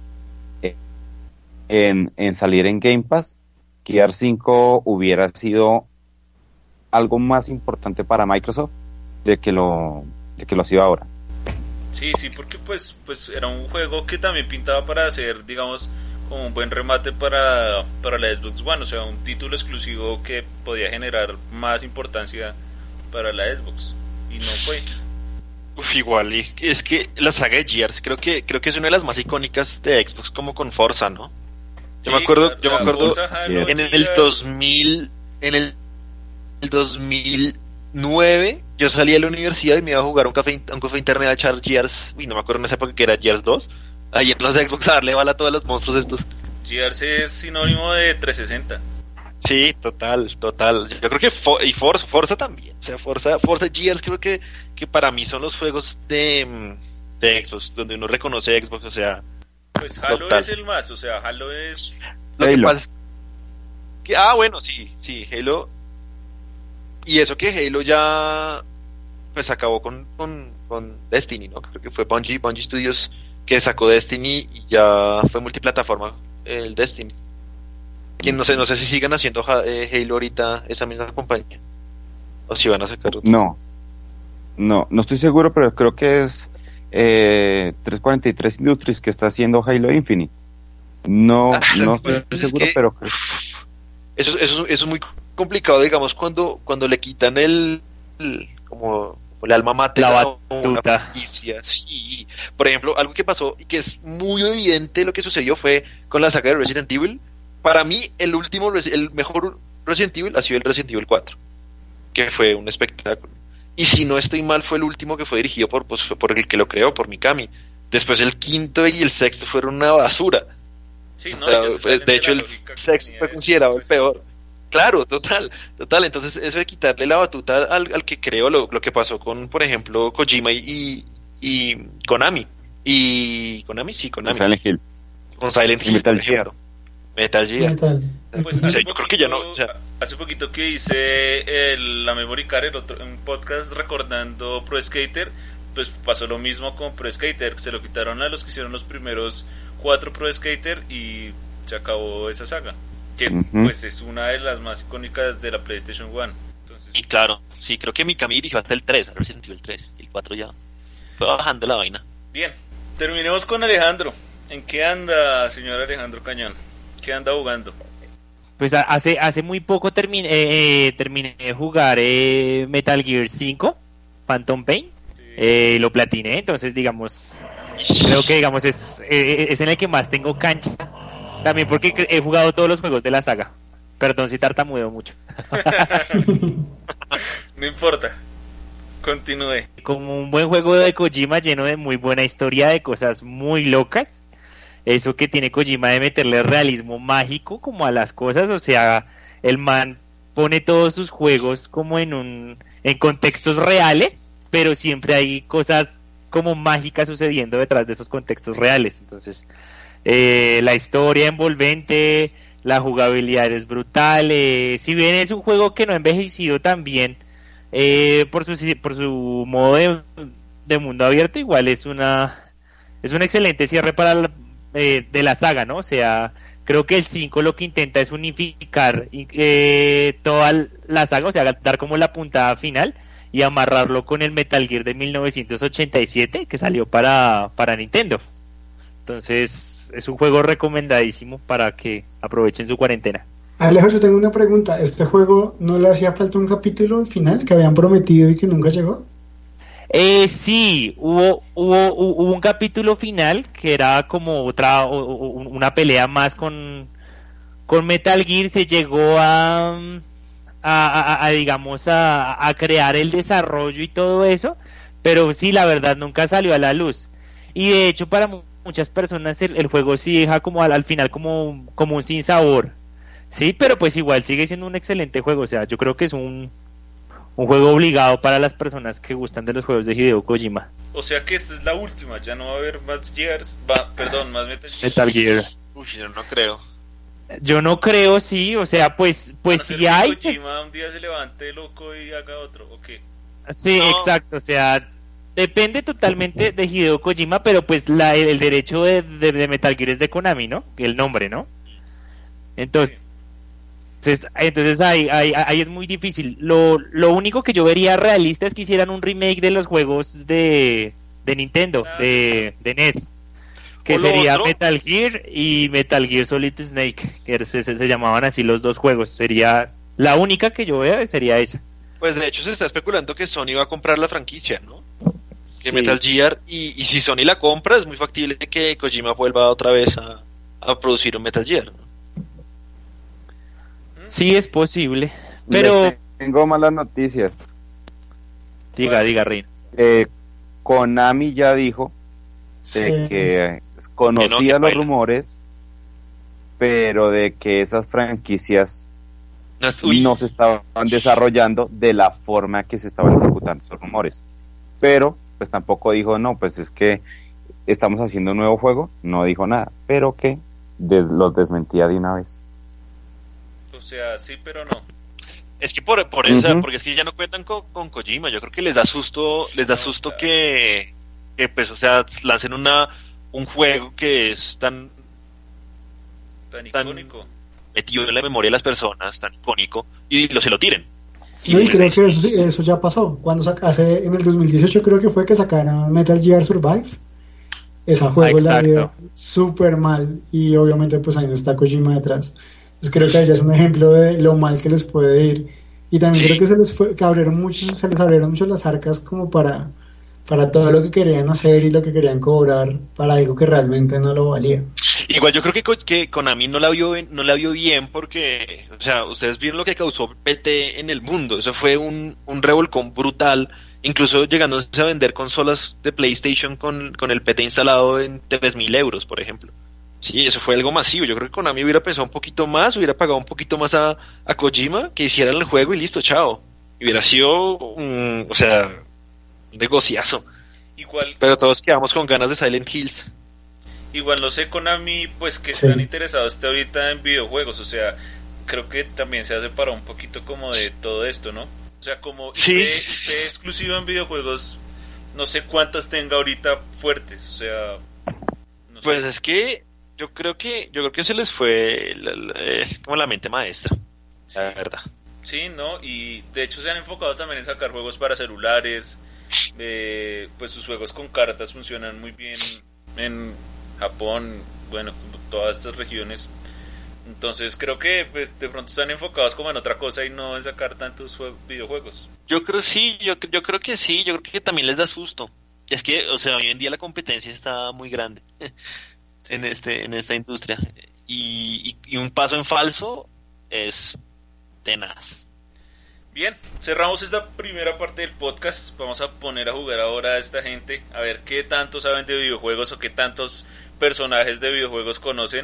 en, en salir en Game Pass, Gears cinco hubiera sido algo más importante para Microsoft de que lo de que lo ha sido ahora. Sí, sí, porque pues pues era un juego que también pintaba para hacer, digamos, como un buen remate para, para la Xbox One, o sea, un título exclusivo que podía generar más importancia para la Xbox, y no fue. Uf, igual, y es que la saga de Gears creo que creo que es una de las más icónicas de Xbox, como con Forza, ¿no? Yo Sí, me acuerdo, claro, yo me acuerdo Forza, Halo, en el Gears. dos mil, en el dos mil nueve yo salí de la universidad y me iba a jugar un café, un café internet a echar Gears, uy, no me acuerdo en esa época que era Gears dos, ahí en los Xbox a darle bala a todos los monstruos estos. Gears es sinónimo de trescientos sesenta. Sí, total, total. Yo creo que For- y Forza, Forza también, o sea, Forza, Forza Gears creo que, que para mí son los juegos de, de Xbox, donde uno reconoce Xbox, o sea, Pues Halo total. es el más, o sea, Halo es... Lo que Halo. pasa es que, ah, bueno, sí, sí, Halo. Y eso que Halo ya pues acabó con, con, con Destiny, ¿no? Creo que fue Bungie, Bungie Studios que sacó Destiny y ya fue multiplataforma el Destiny. Que no sé, no sé si sigan haciendo ja- eh, Halo ahorita esa misma compañía. O si van a sacar otro. No, no, no estoy seguro, pero creo que es eh, trescientos cuarenta y tres Industries que está haciendo Halo Infinite. No, Ah, no lo estoy que pasa es seguro, que- pero creo. Eso, eso, eso es muy complicado, digamos, cuando, cuando le quitan el, el- como, como el alma mater La a una batuta. franquicia. Sí. Por ejemplo, algo que pasó y que es muy evidente lo que sucedió fue con la saga de Resident Evil. Para mí, el último, Resi- el mejor Resident Evil ha sido el Resident Evil cuatro, que fue un espectáculo. Y si no estoy mal, fue el último que fue dirigido por, pues, fue por el que lo creó, por Mikami. Después el quinto y el sexto fueron una basura. Sí, no, O sea, ellos se salen de hecho, la el lógica que sexto tenía fue ese considerado el Resident peor. Claro, total, total. Entonces, eso de quitarle la batuta al, al que creo lo, lo que pasó con, por ejemplo, Kojima y, y Konami. Y Konami, sí, Konami. Silent Hill. Con Silent Y Hill, Metal por ejemplo. Metal Gear. Metal. Pues O sea, hace yo creo que ya no, poquito- o sea- hace poquito que hice el, la Memory Card, el otro, un podcast recordando Pro Skater, pues pasó lo mismo con Pro Skater, se lo quitaron a los que hicieron los primeros cuatro Pro Skater y se acabó esa saga, que Ujú. pues es una de las más icónicas de la PlayStation uno. Entonces, Y claro, sí, creo que Mikami dirigió hasta el tres, Resident Evil tres. El cuatro ya fue bajando la vaina. bien, terminemos con Alejandro. ¿En qué anda, señor Alejandro Cañón? ¿Qué anda jugando? pues hace hace muy poco terminé eh, terminé de jugar eh, Metal Gear cinco, Phantom Pain, sí. eh, lo platiné, entonces digamos, creo que digamos es, eh, es en el que más tengo cancha, también porque he jugado todos los juegos de la saga. Perdón si tartamudeo mucho. No importa, continúe. Como un buen juego de Kojima lleno de muy buena historia, de cosas muy locas. Eso que tiene Kojima de meterle realismo mágico como a las cosas, o sea, el man pone todos sus juegos como en un en contextos reales, pero siempre hay cosas como mágicas sucediendo detrás de esos contextos reales. Entonces, eh, la historia envolvente, la jugabilidad es brutal, eh, si bien es un juego que no ha envejecido tan bien eh, por su por su modo de, de mundo abierto, igual es una es un excelente cierre para la Eh, de la saga, ¿no? O sea, creo que el cinco lo que intenta es unificar eh, toda la saga, o sea, dar como la puntada final y amarrarlo con el Metal Gear de mil novecientos ochenta y siete que salió para, para Nintendo. Entonces, es un juego recomendadísimo para que aprovechen su cuarentena. Alejo, yo tengo una pregunta. ¿Este juego no le hacía falta un capítulo final que habían prometido y que nunca llegó? Eh, sí, hubo, hubo hubo un capítulo final que era como otra una pelea más con con Metal Gear. Se llegó a a, a, a digamos a, a crear el desarrollo y todo eso, pero sí, la verdad nunca salió a la luz. Y de hecho para muchas personas el, el juego sí deja como al, al final como como un sinsabor, sí, pero pues igual sigue siendo un excelente juego. O sea, yo creo que es un Un juego obligado para las personas que gustan de los juegos de Hideo Kojima. O sea que esta es la última, ya no va a haber más Gears, va, perdón, más Metal Gear. Metal Gear. Uy, yo no creo. Yo no creo, sí, o sea, pues pues si hay... Kojima un día se levante loco y haga otro, ¿o qué? Sí, no. Exacto, o sea, depende totalmente de Hideo Kojima, pero pues la, el, el derecho de, de, de Metal Gear es de Konami, ¿no? El nombre, ¿no? Entonces... Sí. Entonces, entonces ahí, ahí, ahí es muy difícil. Lo, lo único que yo vería realista es que hicieran un remake de los juegos de, de Nintendo, ah, de, de N E S, que sería otro? Metal Gear y Metal Gear Solid Snake, que se, se, se llamaban así los dos juegos. Sería la única que yo vea, sería esa. Pues de hecho se está especulando que Sony va a comprar la franquicia, ¿no? Sí. Que Metal Gear, y, y si Sony la compra, es muy factible que Kojima vuelva otra vez a, a producir un Metal Gear, ¿no? Sí, es posible, pero... Les tengo malas noticias. Diga, pues, diga, Rin. Eh, Konami ya dijo sí. de que conocía que no, que los rumores, pero de que esas franquicias no, no se estaban desarrollando de la forma que se estaban ejecutando esos rumores. Pero, pues tampoco dijo, no, pues es que estamos haciendo un nuevo juego, no dijo nada, pero que de, los desmentía de una vez. O sea, sí, pero no. Es que por, por eso, uh-huh. porque es que ya no cuentan con, con Kojima. Yo creo que les da susto, les da susto no, claro. que, que, pues, o sea, lancen una un juego que es tan tan icónico, metido en la memoria de las personas, tan icónico, y lo se lo tiren. Sí, y creo que eso, eso ya pasó. Cuando sacaste en el dos mil dieciocho, creo que fue que sacaron Metal Gear Survive. Ese juego ah, la dio súper mal, y obviamente pues ahí no está Kojima detrás. Pues creo que allá es un ejemplo de lo mal que les puede ir, y también sí. creo que se les fue, que abrieron mucho, se les abrieron mucho las arcas como para, para todo lo que querían hacer y lo que querían cobrar para algo que realmente no lo valía. Igual yo creo que, que Konami no la vio no la vio bien porque, o sea, ustedes vieron lo que causó P T en el mundo. Eso fue un, un revolcón brutal, incluso llegándose a vender consolas de PlayStation con, con el P T instalado en tres mil euros, por ejemplo. Sí, eso fue algo masivo. Yo creo que Konami hubiera pensado un poquito más, hubiera pagado un poquito más a, a Kojima, que hicieran el juego y listo, chao. Y hubiera sido, un, o sea, un negociazo. Igual. Pero todos quedamos con ganas de Silent Hills. Igual no sé, Konami, pues que sí. están interesados hasta ahorita en videojuegos. O sea, creo que también se ha separado un poquito como de todo esto, ¿no? O sea, como sí. I P, I P exclusivo en videojuegos, no sé cuántas tenga ahorita fuertes. O sea, no pues sé. Es que yo creo que yo creo que se les fue la, la, eh, como la mente maestra, sí. la verdad. Sí, ¿no? Y de hecho se han enfocado también en sacar juegos para celulares. Eh, pues sus juegos con cartas funcionan muy bien en Japón, bueno, todas estas regiones. Entonces creo que pues, de pronto están enfocados como en otra cosa y no en sacar tantos jue- videojuegos. Yo creo sí, yo, yo creo que sí, yo creo que también les da susto. Es que, o sea, hoy en día la competencia está muy grande en este en esta industria y, y, y un paso en falso es tenaz. Bien, cerramos esta primera parte del podcast. Vamos a poner a jugar ahora a esta gente, a ver qué tanto saben de videojuegos o qué tantos personajes de videojuegos conocen.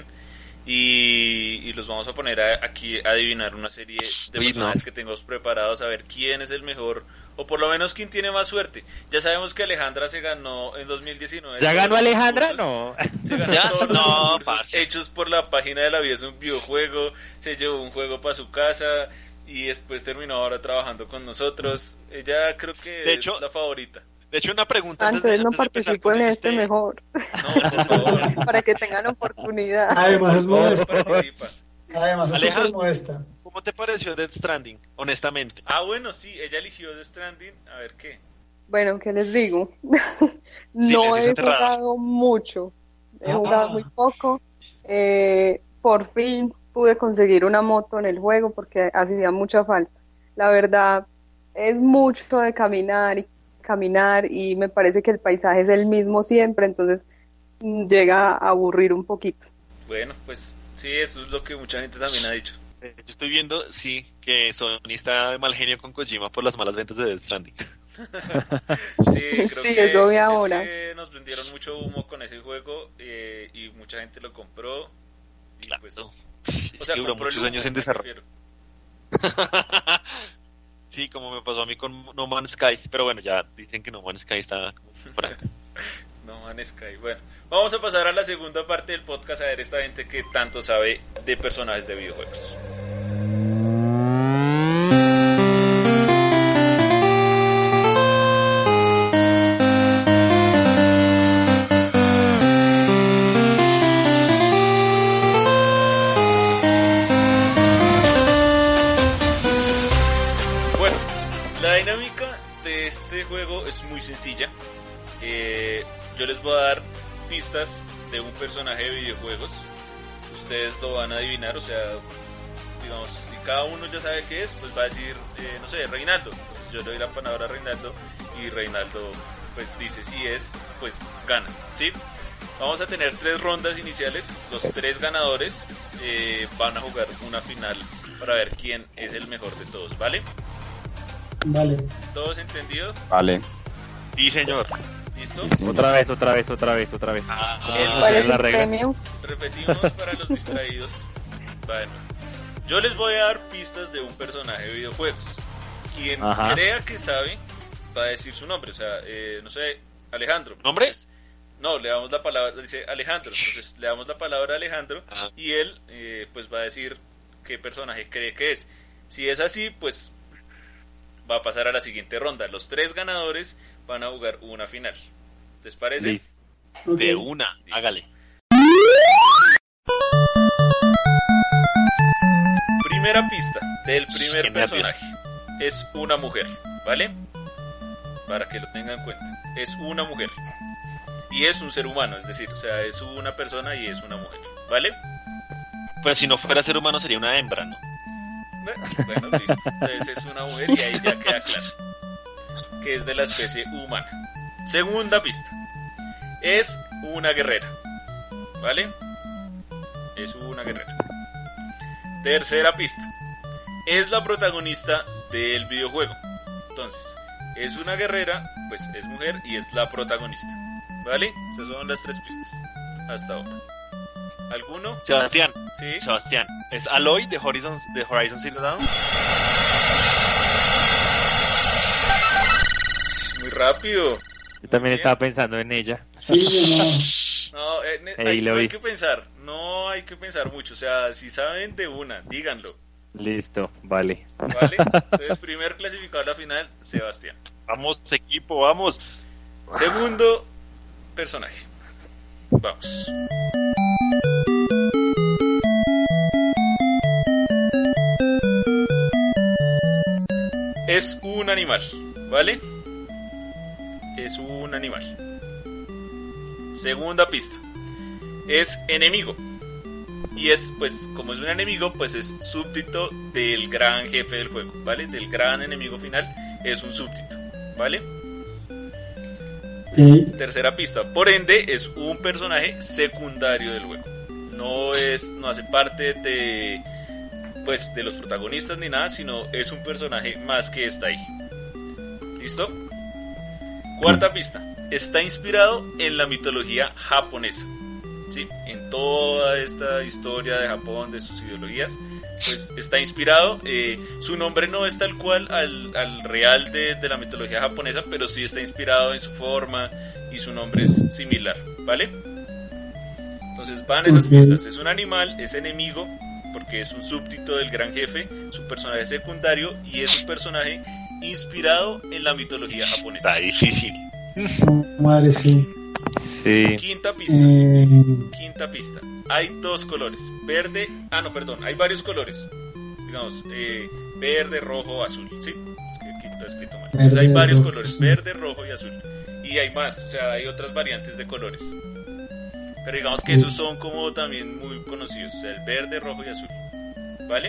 Y, y los vamos a poner a, aquí a adivinar una serie de Uy, personajes no. que tenemos preparados, a ver quién es el mejor, o por lo menos quién tiene más suerte. Ya sabemos que Alejandra se ganó en dos mil diecinueve. ¿Ya todos ganó los Alejandra? concursos. No. Se ganó ¿Ya? todos los No, concursos parce. hechos por la página de La Vida es un videojuego, se llevó un juego para su casa y después terminó ahora trabajando con nosotros. Ella creo que De es hecho, la favorita. De hecho, una pregunta antes de, Antes no antes de empezar participo con en este mejor, No, por favor, para que tengan oportunidad. Además es modesta. participa. Además es súper Alejandro. modesta. ¿Cómo te pareció Death Stranding, honestamente? Ah, bueno, sí, ella eligió The Stranding, a ver qué. Bueno, ¿qué les digo? No Silencio he enterrado. jugado mucho, he Ah. jugado muy poco. Eh, por fin pude conseguir una moto en el juego porque hacía mucha falta. La verdad, es mucho de caminar y caminar y me parece que el paisaje es el mismo siempre, entonces mm, llega a aburrir un poquito. Bueno, pues sí, eso es lo que mucha gente también ha dicho. Eh, Yo estoy viendo, sí, que Sony está de mal genio con Kojima por las malas ventas de Death Stranding. Sí, creo Sí, que, eso vi es ahora. que nos vendieron mucho humo con ese juego eh, y mucha gente lo compró. Y Claro. pues, Es o sea, que duró compró el muchos humo, años en me desarrollo. refiero. Sí, como me pasó a mí con No Man's Sky, pero bueno, ya dicen que No Man's Sky está como por acá. No Man's Sky. Bueno, vamos a pasar a la segunda parte del podcast a ver esta gente que tanto sabe de personajes de videojuegos. Bueno, la dinámica de este juego es muy sencilla. Eh, yo les voy a dar pistas de un personaje de videojuegos. Ustedes lo van a adivinar, o sea, digamos, si cada uno ya sabe qué es, pues va a decir, eh, no sé, Reinaldo. Pues yo le doy la palabra a Reinaldo y Reinaldo pues dice si es, pues gana, ¿sí? Vamos a tener tres rondas iniciales. Los tres ganadores eh, van a jugar una final para ver quién es el mejor de todos, ¿vale? Vale. ¿Todos entendidos? Vale. Sí, señor. ¿Listo? Otra vez, otra vez, otra vez, otra vez. Ah, El- ¿Cuál es la el regla. premio? Repetimos para los distraídos. Bueno, yo les voy a dar pistas de un personaje de videojuegos. Quien Ajá. crea que sabe va a decir su nombre. O sea, eh, no sé, Alejandro. ¿Nombre? Entonces, no, le damos la palabra, dice Alejandro. Entonces le damos la palabra a Alejandro Ajá. y él eh, pues va a decir qué personaje cree que es. Si es así, pues va a pasar a la siguiente ronda. Los tres ganadores van a jugar una final. ¿Les parece? Listo. Ok. de una, Listo. hágale. Primera pista del primer Qué nervio. personaje. Es una mujer, ¿vale? Para que lo tengan en cuenta. Es una mujer. Y es un ser humano, es decir, o sea, es una persona y es una mujer, ¿vale? Pues si no fuera ser humano sería una hembra, ¿no? Bueno, listo. Entonces es una mujer y ahí ya queda claro que es de la especie humana. Segunda pista. Es una guerrera, ¿vale? Es una guerrera. Tercera pista. Es la protagonista del videojuego. Entonces, es una guerrera, pues es mujer y es la protagonista, ¿vale? Esas son las tres pistas hasta ahora. ¿Alguno? Sebastián, ¿Sí? Sebastián, ¿es Aloy de Horizon, de Horizon Zero Dawn? Muy rápido. Yo también Bien. estaba pensando en ella. Sí, yo no. No, eh, ne- Ahí hay, lo no hay vi. que pensar, no hay que pensar mucho, o sea, si saben de una, díganlo, Listo, vale. ¿vale? Entonces, primer clasificado a la final, Sebastián. Vamos, equipo, vamos. Segundo personaje, vamos. Es un animal, ¿vale? Es un animal. Segunda pista. Es enemigo. Y es, pues, como es un enemigo, pues es súbdito del gran jefe del juego, ¿vale? Del gran enemigo final es un súbdito, ¿vale? Sí. Tercera pista, por ende es un personaje secundario del juego. No es, no hace parte de, pues, de los protagonistas ni nada, sino es un personaje más que está ahí. ¿Listo? Cuarta pista, está inspirado en la mitología japonesa. ¿Sí? En toda esta historia de Japón, de sus ideologías, pues está inspirado. Eh, su nombre no es tal cual al, al real de, de la mitología japonesa, pero sí está inspirado en su forma y su nombre es similar, ¿vale? Entonces van esas Okay. pistas. Es un animal, es enemigo, porque es un súbdito del gran jefe, su personaje secundario y es un personaje inspirado en la mitología japonesa. Está difícil. Madre, sí. Sí. Quinta pista. Eh, Quinta pista. Hay dos colores. Verde. Ah, no, perdón. Hay varios colores. Digamos, eh, verde, rojo, azul. ¿Sí? Es que aquí lo he escrito mal. Entonces hay Verde, varios rojo, colores. sí. Verde, rojo y azul. Y hay más. O sea, hay otras variantes de colores. Pero digamos que esos son como también muy conocidos. O sea, el verde, rojo y azul. ¿Vale?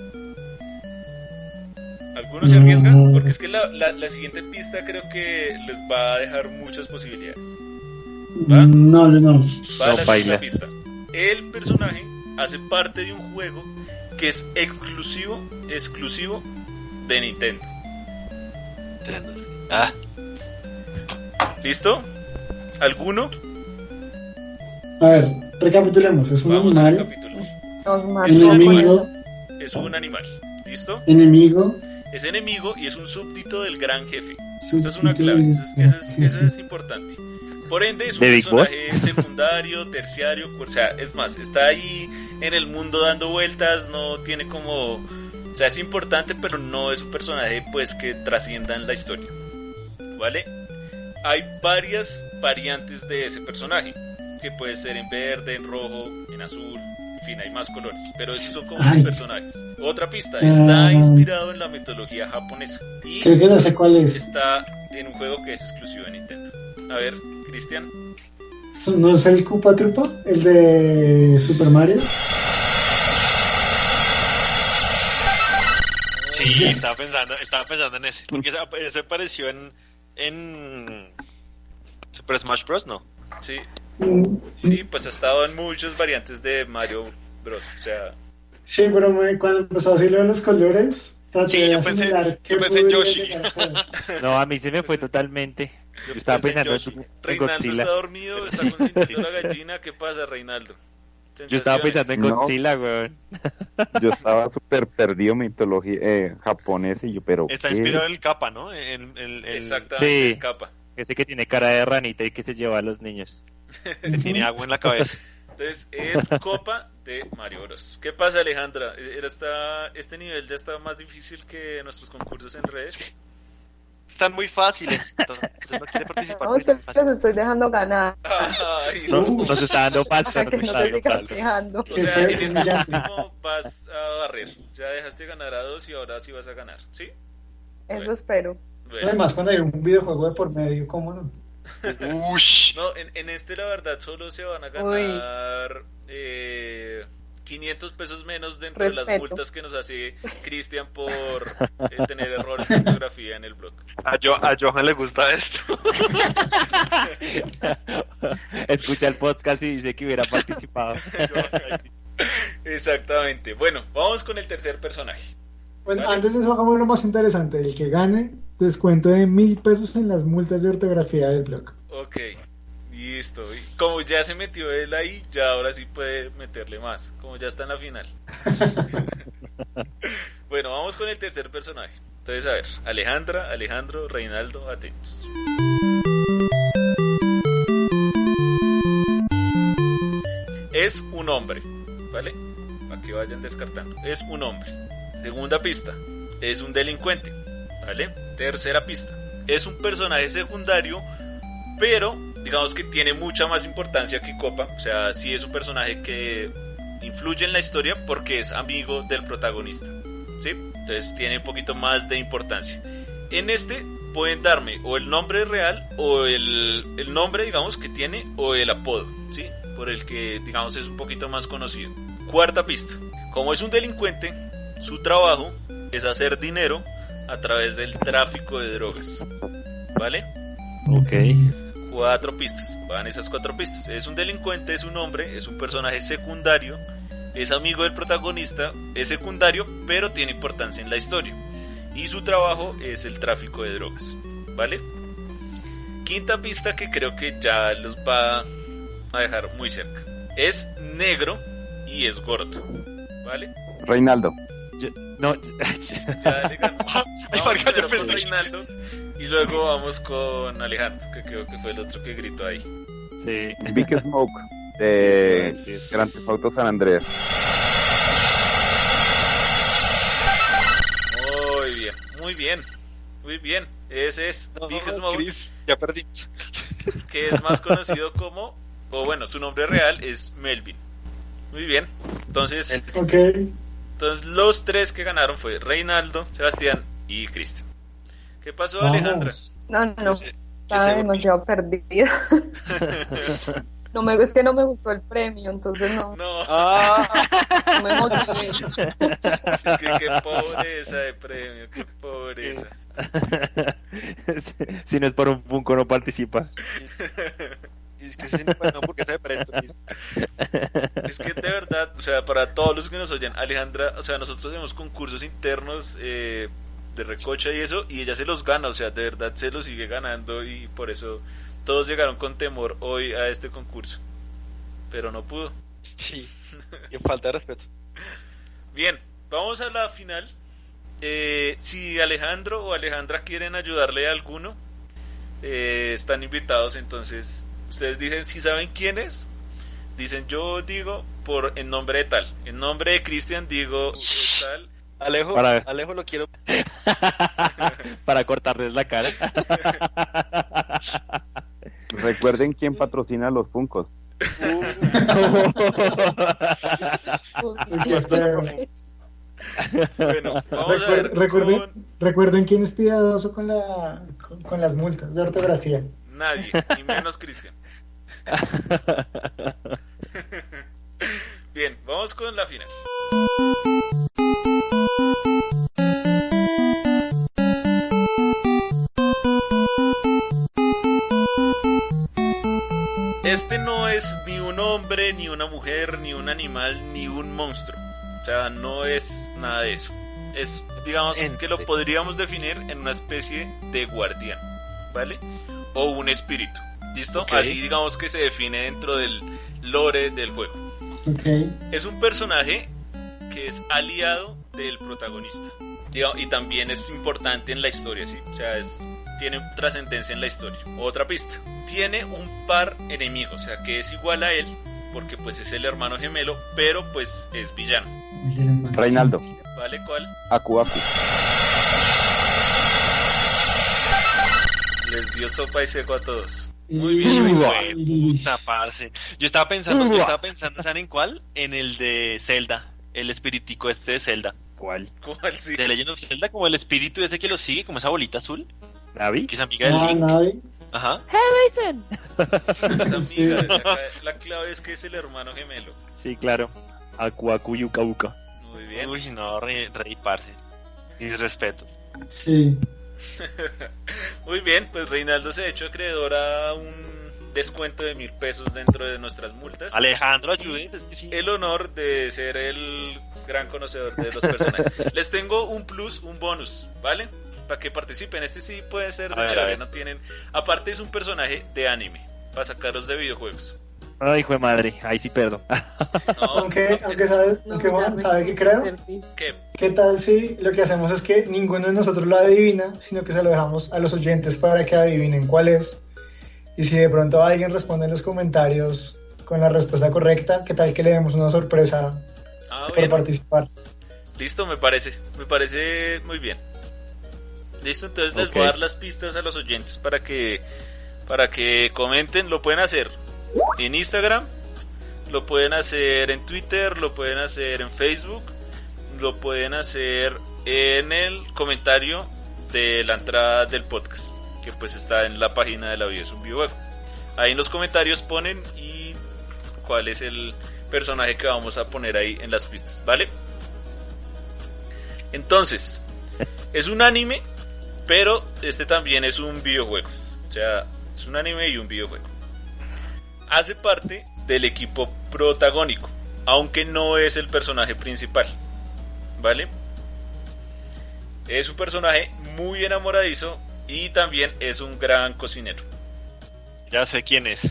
¿Alguno se arriesga? No. Porque es que la, la, la siguiente pista creo que les va a dejar muchas posibilidades. ¿Va? no, yo no. Va a No, la baila. sexta pista. El personaje hace parte de un juego que es exclusivo, exclusivo de Nintendo. Ah, ¿Listo? ¿Alguno? A ver, recapitulemos. Es un Vamos al animal, capítulo. Dos más. Es un enemigo, animal. Es un animal. ¿Listo? enemigo. Es enemigo y es un súbdito del gran jefe. Súbdito Esa es una clave. del Eso es, eso es- gran eso es jefe. importante. Por ende, es un ¿De Big personaje secundario, terciario. O sea, es más, está ahí en el mundo dando vueltas. No tiene como. O sea, es importante, pero no es un personaje pues que trascienda en la historia. ¿Vale? Hay varias variantes de ese personaje. Que puede ser en verde, en rojo, en azul. En fin, hay más colores. Pero esos son como sus Ay. personajes. Otra pista. Está Ah. inspirado en la mitología japonesa. Y Creo que no sé cuál es. está en un juego que es exclusivo de Nintendo. A ver, Cristian. ¿No es el Koopa Troopa? ¿El de Super Mario? sí, Yes. estaba pensando, estaba pensando en ese. Porque ese, ese apareció en, en Super Smash Bros. ¿No? Sí, Mm, sí, pues ha estado en muchas variantes de Mario Bros. O sea, Sí, pero me- cuando empezó a decir lo de los colores, traté Sí, de yo pensé- asimilar yo qué pensé en podría Yoshi. llegar a ser. No, a mí se me fue totalmente. Yo estaba pensé en pensando en, Yoshi. en Reinaldo Godzilla. está dormido, está consintiendo la gallina. ¿Qué pasa, Reinaldo? Yo estaba pensando en No. Godzilla, weón. Yo estaba súper perdido en mitología eh, japonesa y yo, pero Está ¿qué? inspirado en el Kappa, ¿no? En, en- en- Exactamente, Sí. el capa. Ese que tiene cara de ranita y que se lleva a los niños. que tiene agua en la cabeza. Entonces, es Copa de Mario Bros. ¿Qué pasa, Alejandra? ¿Era esta, ¿Este nivel ya está más difícil que nuestros concursos en redes? Están muy fáciles. Entonces no quiere participar. No, porque te están fáciles. los estoy dejando ganar. Ay, No, no. nos está dando pasta, Para nos que no está te dando sigas pasta. quejando. O sea, en este Brillante. último vas a barrer. Ya dejaste ganar a dos y ahora sí vas a ganar, ¿sí? Eso espero. Bueno. Además, cuando hay un videojuego de por medio, ¿cómo no? Ush. No, en, en este la verdad solo se van a ganar eh, quinientos pesos menos dentro de las Respeto. multas que nos hace Cristian por eh, tener errores de ortografía en el blog. A, Jo- a Johan le gusta esto. Escucha el podcast y dice que hubiera participado. Exactamente. Bueno, vamos con el tercer personaje. Bueno, Vale. antes de eso hagamos lo más interesante. El que gane, descuento de mil pesos en las multas de ortografía del blog. Ok, listo. Y como ya se metió él ahí, ya ahora sí puede meterle más. Como ya está en la final. Bueno, vamos con el tercer personaje. Entonces, a ver, Alejandra, Alejandro, Reinaldo, atentos. Es un hombre, ¿vale? Para que vayan descartando. Es un hombre. Segunda pista, es un delincuente, ¿vale? Tercera pista, es un personaje secundario, pero digamos que tiene mucha más importancia que Copa. O sea, sí es un personaje que influye en la historia porque es amigo del protagonista, ¿sí? Entonces tiene un poquito más de importancia. En este pueden darme o el nombre real o el, el nombre, digamos, que tiene o el apodo, ¿sí? Por el que, digamos, es un poquito más conocido. Cuarta pista. Como es un delincuente, su trabajo es hacer dinero a través del tráfico de drogas. ¿Vale? Ok. Cuatro pistas. Van esas cuatro pistas. Es un delincuente, es un hombre, es un personaje secundario, es amigo del protagonista, es secundario, pero tiene importancia en la historia. Y su trabajo es el tráfico de drogas. ¿Vale? Quinta pista que creo que ya los va a dejar muy cerca. Es negro y es gordo. ¿Vale? Reinaldo. Yo, no. Ya le ganó. Vamos primero con Reinaldo y luego vamos con Alejandro, que creo que fue el otro que gritó ahí. Sí. Big Smoke de Grand Theft Auto San Andreas. Muy bien, muy bien, muy bien. Ese es No, Big Smoke, Chris, ya perdimos. que es más conocido como, o bueno, su nombre real es Melvin. Muy bien. Entonces, Ok. entonces los tres que ganaron fue Reinaldo, Sebastián y Cristian. ¿Qué pasó, Vamos. Alejandra? No, no, sé- estaba sé- demasiado perdida. No me, es que no me gustó el premio, entonces no, No, Ah, no me motivé. es que qué pobreza de premio, qué pobreza. Si no es por un Funko no participa. y es que sí, no, no, porque se me presta. Es que de verdad, o sea, para todos los que nos oyen, Alejandra, o sea, nosotros hacemos concursos internos eh, de recocha y eso, y ella se los gana, o sea, de verdad se los sigue ganando y por eso todos llegaron con temor hoy a este concurso, pero no pudo. Sí, y falta de respeto. Bien, vamos a la final. Eh, si Alejandro o Alejandra quieren ayudarle a alguno, eh, están invitados. Entonces ustedes dicen si saben quién es, dicen yo digo por en nombre de tal, en nombre de Cristian digo eh, tal. Alejo, Para- Alejo lo quiero. Para cortarles la cara. Recuerden quién patrocina los Funkos. Qué feo. Bueno, vamos a ver Recuer- recuerden, con recuerden quién es piadoso con, la, con, con las multas de ortografía. nadie, ni menos Cristian. Bien, vamos con la final. Este no es ni un hombre, ni una mujer, ni un animal, ni un monstruo. O sea, no es nada de eso. Es, digamos, Ente. que lo podríamos definir en una especie de guardián, ¿vale? O un espíritu. ¿Listo? Ok. Así digamos que se define dentro del lore del juego. Ok. Es un personaje que es aliado del protagonista. Diga- Y también es importante en la historia, ¿sí? O sea, es, tiene trascendencia en la historia. Otra pista. Tiene un par enemigo, o sea, que es igual a él, porque pues es el hermano gemelo, pero pues es villano. Reinaldo. ¿Vale? ¿Cuál? Aku Aku. Les dio sopa y seco a todos. Muy bien, Y- Reinaldo. y- Puta, parce. Yo estaba pensando, yo estaba pensando, ¿saben en cuál? En el de Zelda, el espiritico este de Zelda. ¿Cuál? ¿Cuál sí? De Legend of Zelda, como el espíritu ese que lo sigue, como esa bolita azul, ¿David? que es amiga del Ah, Link. Navi. Ajá. Es amiga, Sí. acá la clave es que es el hermano gemelo. Sí, claro. Aku Aku Yuka Uka. Muy bien. Uy, no, re, re parce. Mis respetos. Sí. Muy bien, pues Reinaldo se ha hecho acreedor a un descuento de mil pesos dentro de nuestras multas. Alejandro, ayude. Es que sí. El honor de ser el gran conocedor de los personajes. Les tengo un plus, un bonus, ¿vale? Para que participen. Este sí puede ser A de ver, a chévere, ver. no tienen. Aparte es un personaje de anime, para sacarlos de videojuegos. Ay, hijo de madre. Ahí sí perdo. No, Aunque, no, aunque, es- sabe, No, aunque ya Juan me- sabe que creo. ¿qué? ¿Qué tal si lo que hacemos es que ninguno de nosotros lo adivina, sino que se lo dejamos a los oyentes para que adivinen cuál es? Y si de pronto alguien responde en los comentarios con la respuesta correcta, ¿qué tal que le demos una sorpresa Ah, por bien. participar? Listo, me parece. Me parece muy bien. Listo, entonces les Ok. voy a dar las pistas a los oyentes para que para que comenten. Lo pueden hacer en Instagram, lo pueden hacer en Twitter, lo pueden hacer en Facebook, lo pueden hacer en el comentario de la entrada del podcast, que pues está en la página de La Vida es un Videojuego. Ahí en los comentarios ponen y cuál es el personaje que vamos a poner ahí en las pistas, ¿vale? Entonces, es un anime, pero este también es un videojuego. O sea, es un anime y un videojuego. Hace parte del equipo protagónico, aunque no es el personaje principal, ¿vale? Es un personaje muy enamoradizo y también es un gran cocinero. Ya sé quién es.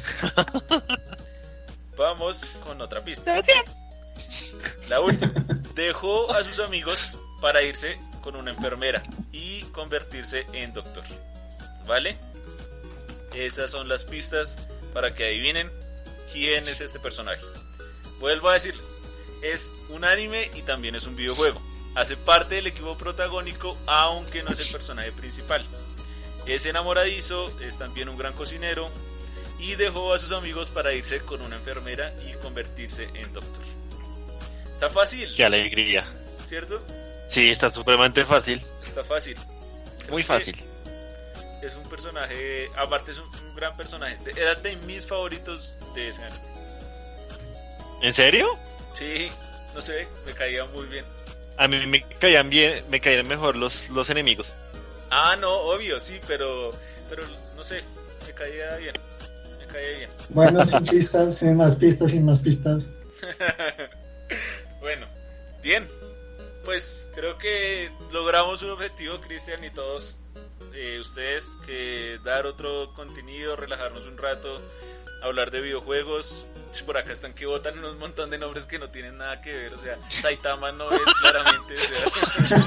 Vamos con otra pista. La última. Dejó a sus amigos para irse con una enfermera y convertirse en doctor, ¿vale? Esas son las pistas para que adivinen quién es este personaje. Vuelvo a decirles, es un anime y también es un videojuego. Hace parte del equipo protagónico, aunque no es el personaje principal. Es enamoradizo, es también un gran cocinero y dejó a sus amigos para irse con una enfermera y convertirse en doctor. Está fácil. Qué alegría. ¿Cierto? Sí, está supremamente fácil. Está fácil. Creo Muy fácil. Es un personaje, aparte es un, un gran personaje. Era de mis favoritos de ese anime. ¿En serio? Sí, no sé, me caía muy bien. A mí me caían bien, me caían mejor los, los enemigos. Ah, no, obvio, sí, pero, pero no sé, me caía bien. Me caía bien. Bueno, sin pistas, sin más pistas, sin más pistas. Bueno, bien. Pues creo que logramos un objetivo, Cristian, y todos eh, ustedes, que dar otro contenido, relajarnos un rato, hablar de videojuegos. Por acá están que botan un montón de nombres que no tienen nada que ver, o sea, Saitama no es claramente, o sea.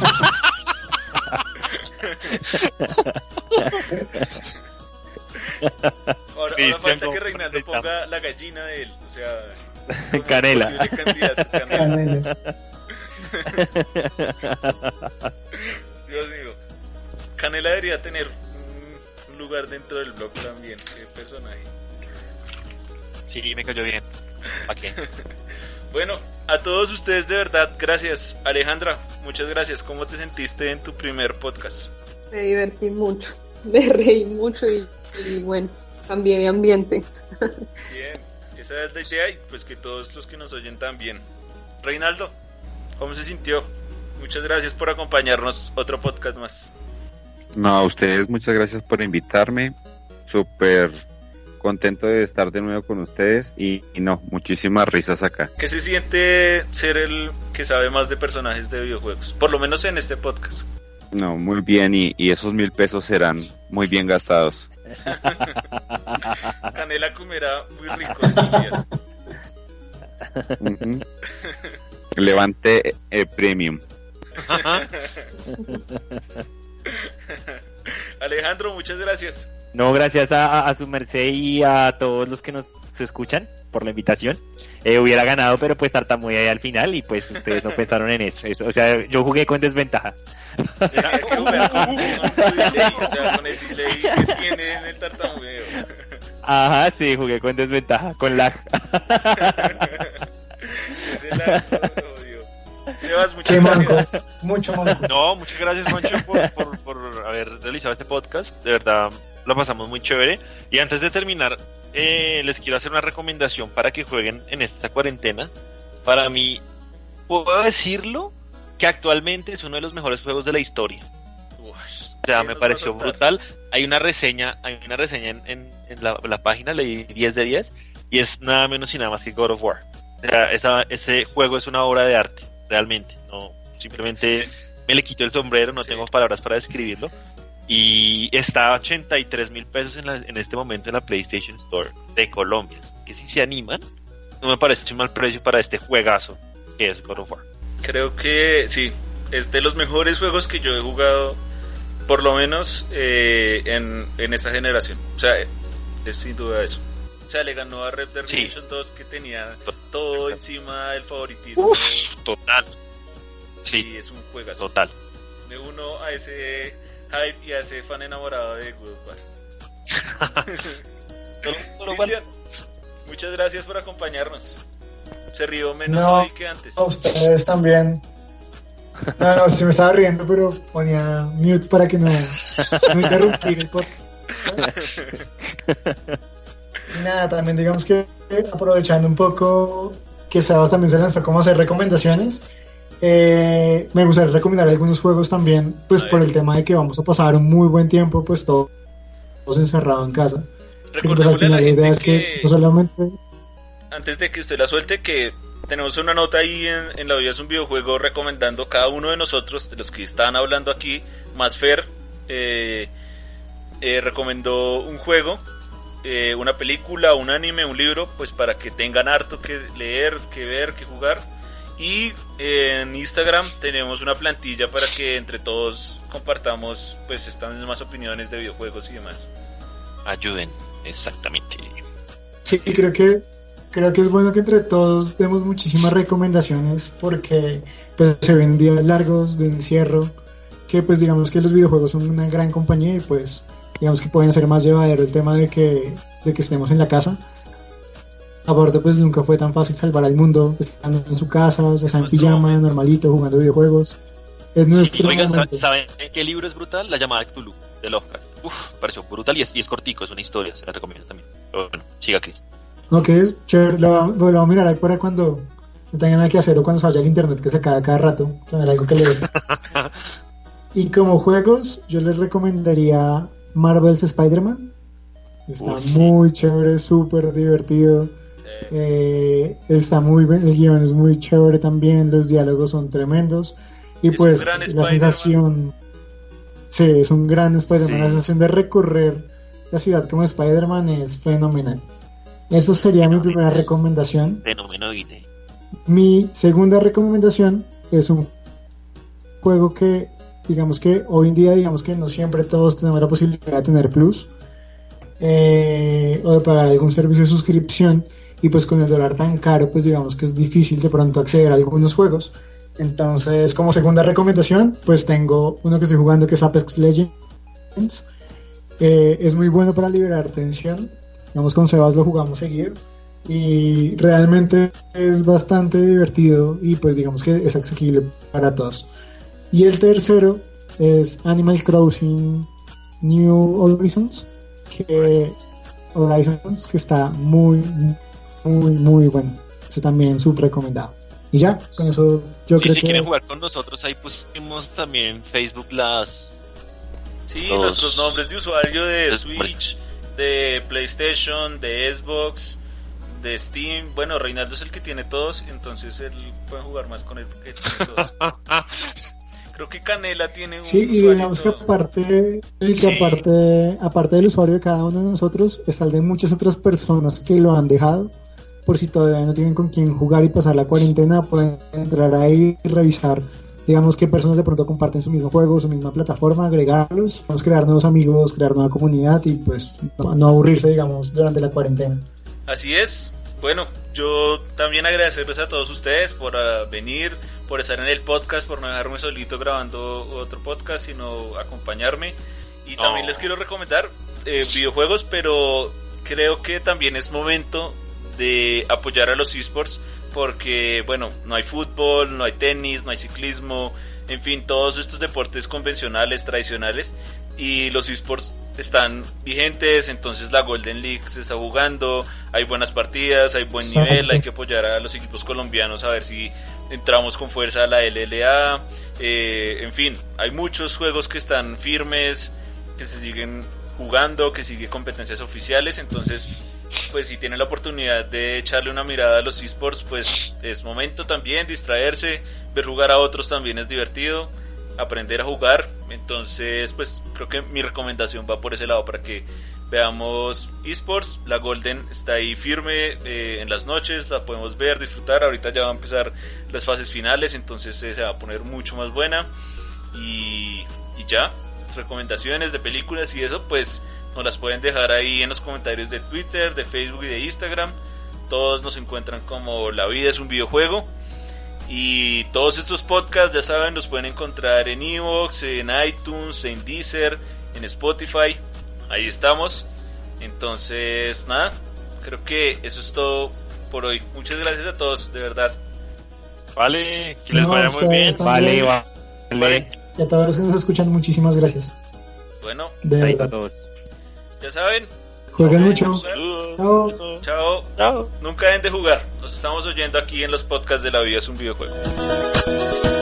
Ahora, ahora falta que Reinaldo ponga la gallina de él, o sea, Canela. posible candidato, Canela. Canela. Dios mío, Canela debería tener un, un lugar dentro del blog también. Qué personaje. Sí, me cayó bien. ¿Para qué? Bueno, a todos ustedes de verdad, gracias. Alejandra, muchas gracias. ¿Cómo te sentiste en tu primer podcast? Me divertí mucho, me reí mucho y, y bueno, cambié de ambiente. Bien, esa es la idea y pues que todos los que nos oyen también. Reinaldo, ¿cómo se sintió? Muchas gracias por acompañarnos otro podcast más. No, a ustedes muchas gracias por invitarme. Súper contento de estar de nuevo con ustedes y, y no, muchísimas risas acá. ¿Qué se siente ser el que sabe más de personajes de videojuegos? Por lo menos en este podcast. No, muy bien, y, y esos mil pesos serán muy bien gastados. Canela comerá muy rico estos días. Uh-huh. Levante eh, Premium. Alejandro, muchas gracias. No, gracias a, a, a su merced y a todos los que nos escuchan por la invitación. Eh, hubiera ganado, pero pues tartamudeé al final y pues ustedes no pensaron en eso. eso. O sea, yo jugué con desventaja. Tenía que jugar con, con tu delay, o sea, con el delay que tiene en el tartamudeo. Ajá, sí, jugué con desventaja, con lag. Ese lag lo odio. Sebas, muchas Qué gracias. manco, mucho manco. No, muchas gracias, Juancho, por, por, por haber realizado este podcast. De verdad, lo pasamos muy chévere. Y antes de terminar, eh, les quiero hacer una recomendación para que jueguen en esta cuarentena. Para mí, puedo decirlo, que actualmente es uno de los mejores juegos de la historia. Uy, O sea, me pareció brutal. Hay una reseña, hay una reseña en, en, en la, la página, leí diez de diez, y es nada menos y nada más que God of War. O sea, esa, ese juego es una obra de arte, realmente. No, simplemente me le quito el sombrero, no Sí. tengo palabras para describirlo. Y está a ochenta y tres mil pesos en, la, en este momento en la PlayStation Store de Colombia. Que si se animan, no me parece un mal precio para este juegazo que es God of War. Creo que sí, es de los mejores juegos que yo he jugado, por lo menos eh, en, en esta generación. O sea, es sin duda eso. O sea, le ganó a Red Dead Redemption Sí. dos, que tenía todo encima del favoritismo. Uf, total. Y Sí, es un juegazo. total. Me uno a ese hype y a ese fan enamorado de God of War. Cristian, muchas gracias por acompañarnos. Se rió menos No, hoy que antes. A ustedes también. No, no, sí me estaba riendo, pero ponía mute para que no, no interrumpir el podcast. Y nada, también digamos que aprovechando un poco que Sebas también se lanzó como a hacer recomendaciones. Eh, me gustaría recomendar algunos juegos también, pues por el tema de que vamos a pasar un muy buen tiempo, pues todos encerrados en casa. Pues, al final, la idea es que, que no solamente... Antes de que usted la suelte, que tenemos una nota ahí en, en La Vida es un Videojuego recomendando cada uno de nosotros, de los que están hablando aquí, más Fer, eh, eh, recomendó un juego, eh, una película, un anime, un libro, pues para que tengan harto que leer, que ver, que jugar. Y eh, en Instagram tenemos una plantilla para que entre todos compartamos pues estas mismas opiniones de videojuegos y demás. Ayuden, exactamente. Sí, creo que creo que es bueno que entre todos demos muchísimas recomendaciones, porque pues se ven días largos de encierro, que pues digamos que los videojuegos son una gran compañía y pues digamos que pueden ser más llevadero el tema de que de que estemos en la casa. Aparte, pues nunca fue tan fácil salvar al mundo estando en su casa, estando en pijama, normalito, jugando videojuegos. Es nuestro Oigan, momento. ¿saben qué libro es brutal? La llamada de Cthulhu, de Lovecraft. Uf, pareció brutal y es, y es cortico, es una historia, se la recomiendo también. Pero bueno, siga, Chris. No, que es chévere, lo, lo voy a mirar ahí para cuando no tenga nada que hacer o cuando se vaya al internet, que se cae cada rato, tener algo que leer. Y como juegos, yo les recomendaría Marvel's Spider-Man. Está Uf, muy chévere, súper divertido. Eh, está muy bien, el guión es muy chévere también, los diálogos son tremendos y es pues la Spider-Man. sensación, sí, es un gran Spider-Man, Sí. la sensación de recorrer la ciudad como Spider-Man es fenomenal. Esa sería mi primera recomendación. Fenomenoide. Mi segunda recomendación es un juego que digamos que hoy en día digamos que no siempre todos tenemos la posibilidad de tener Plus eh, o de pagar algún servicio de suscripción. Y pues con el dólar tan caro, pues digamos que es difícil de pronto acceder a algunos juegos. Entonces, como segunda recomendación, pues tengo uno que estoy jugando que es Apex Legends. Eh, es muy bueno para liberar tensión. Digamos, con Sebas lo jugamos seguido. Y realmente es bastante divertido y pues digamos que es asequible para todos. Y el tercero es Animal Crossing New Horizons. Que, Horizons, que está muy... muy muy bueno, eso también súper recomendado. Y ya, con eso yo Sí, creo si que quieren jugar con nosotros, ahí pusimos también en Facebook las... Sí, Los- nuestros nombres de usuario de los Switch, de PlayStation, de Xbox, de Steam. Bueno, Reinaldo es el que tiene todos, entonces él puede jugar más con él porque tiene todos. Creo que Canela tiene un sí, y usuario digamos que todo. aparte y que Sí. aparte aparte del usuario de cada uno de nosotros está el de muchas otras personas que lo han dejado, por si todavía no tienen con quién jugar y pasar la cuarentena, pueden entrar ahí y revisar digamos qué personas de pronto comparten su mismo juego, su misma plataforma, agregarlos, vamos a crear nuevos amigos, crear nueva comunidad y pues no, no aburrirse digamos durante la cuarentena. Así es. Bueno, yo también agradecerles a todos ustedes por uh, venir, por estar en el podcast, por no dejarme solito grabando otro podcast, sino acompañarme. Y también Oh. les quiero recomendar eh, videojuegos, pero creo que también es momento de apoyar a los esports, porque bueno, no hay fútbol, no hay tenis, no hay ciclismo, en fin, todos estos deportes convencionales, tradicionales, y los esports están vigentes. Entonces la Golden League se está jugando, hay buenas partidas, hay buen Exacto. nivel, hay que apoyar a los equipos colombianos a ver si entramos con fuerza a la L L A, eh, en fin, hay muchos juegos que están firmes, que se siguen jugando, que sigue competencias oficiales. Entonces pues si tienen la oportunidad de echarle una mirada a los esports, pues es momento también distraerse, ver jugar a otros también es divertido, aprender a jugar. Entonces pues creo que mi recomendación va por ese lado, para que veamos esports. La Golden está ahí firme eh, en las noches, la podemos ver, disfrutar. Ahorita ya va a empezar las fases finales, entonces eh, se va a poner mucho más buena. Y, y ya, recomendaciones de películas y eso pues nos las pueden dejar ahí en los comentarios de Twitter, de Facebook y de Instagram. Todos nos encuentran como La Vida es un Videojuego. Y todos estos podcasts, ya saben, los pueden encontrar en iVoox, en iTunes, en Deezer, en Spotify. Ahí estamos. Entonces, nada, creo que eso es todo por hoy. Muchas gracias a todos, de verdad. Vale, que les No, vaya muy ustedes bien. también. Vale, vale. Vale. Y a todos los que nos escuchan, muchísimas gracias. Bueno, De Chaito a verdad. todos. ya saben, Jueguen mucho. Saludos. Chao. Chao. Chao. Nunca dejen de jugar. Nos estamos oyendo aquí en los podcasts de La Vida es un Videojuego.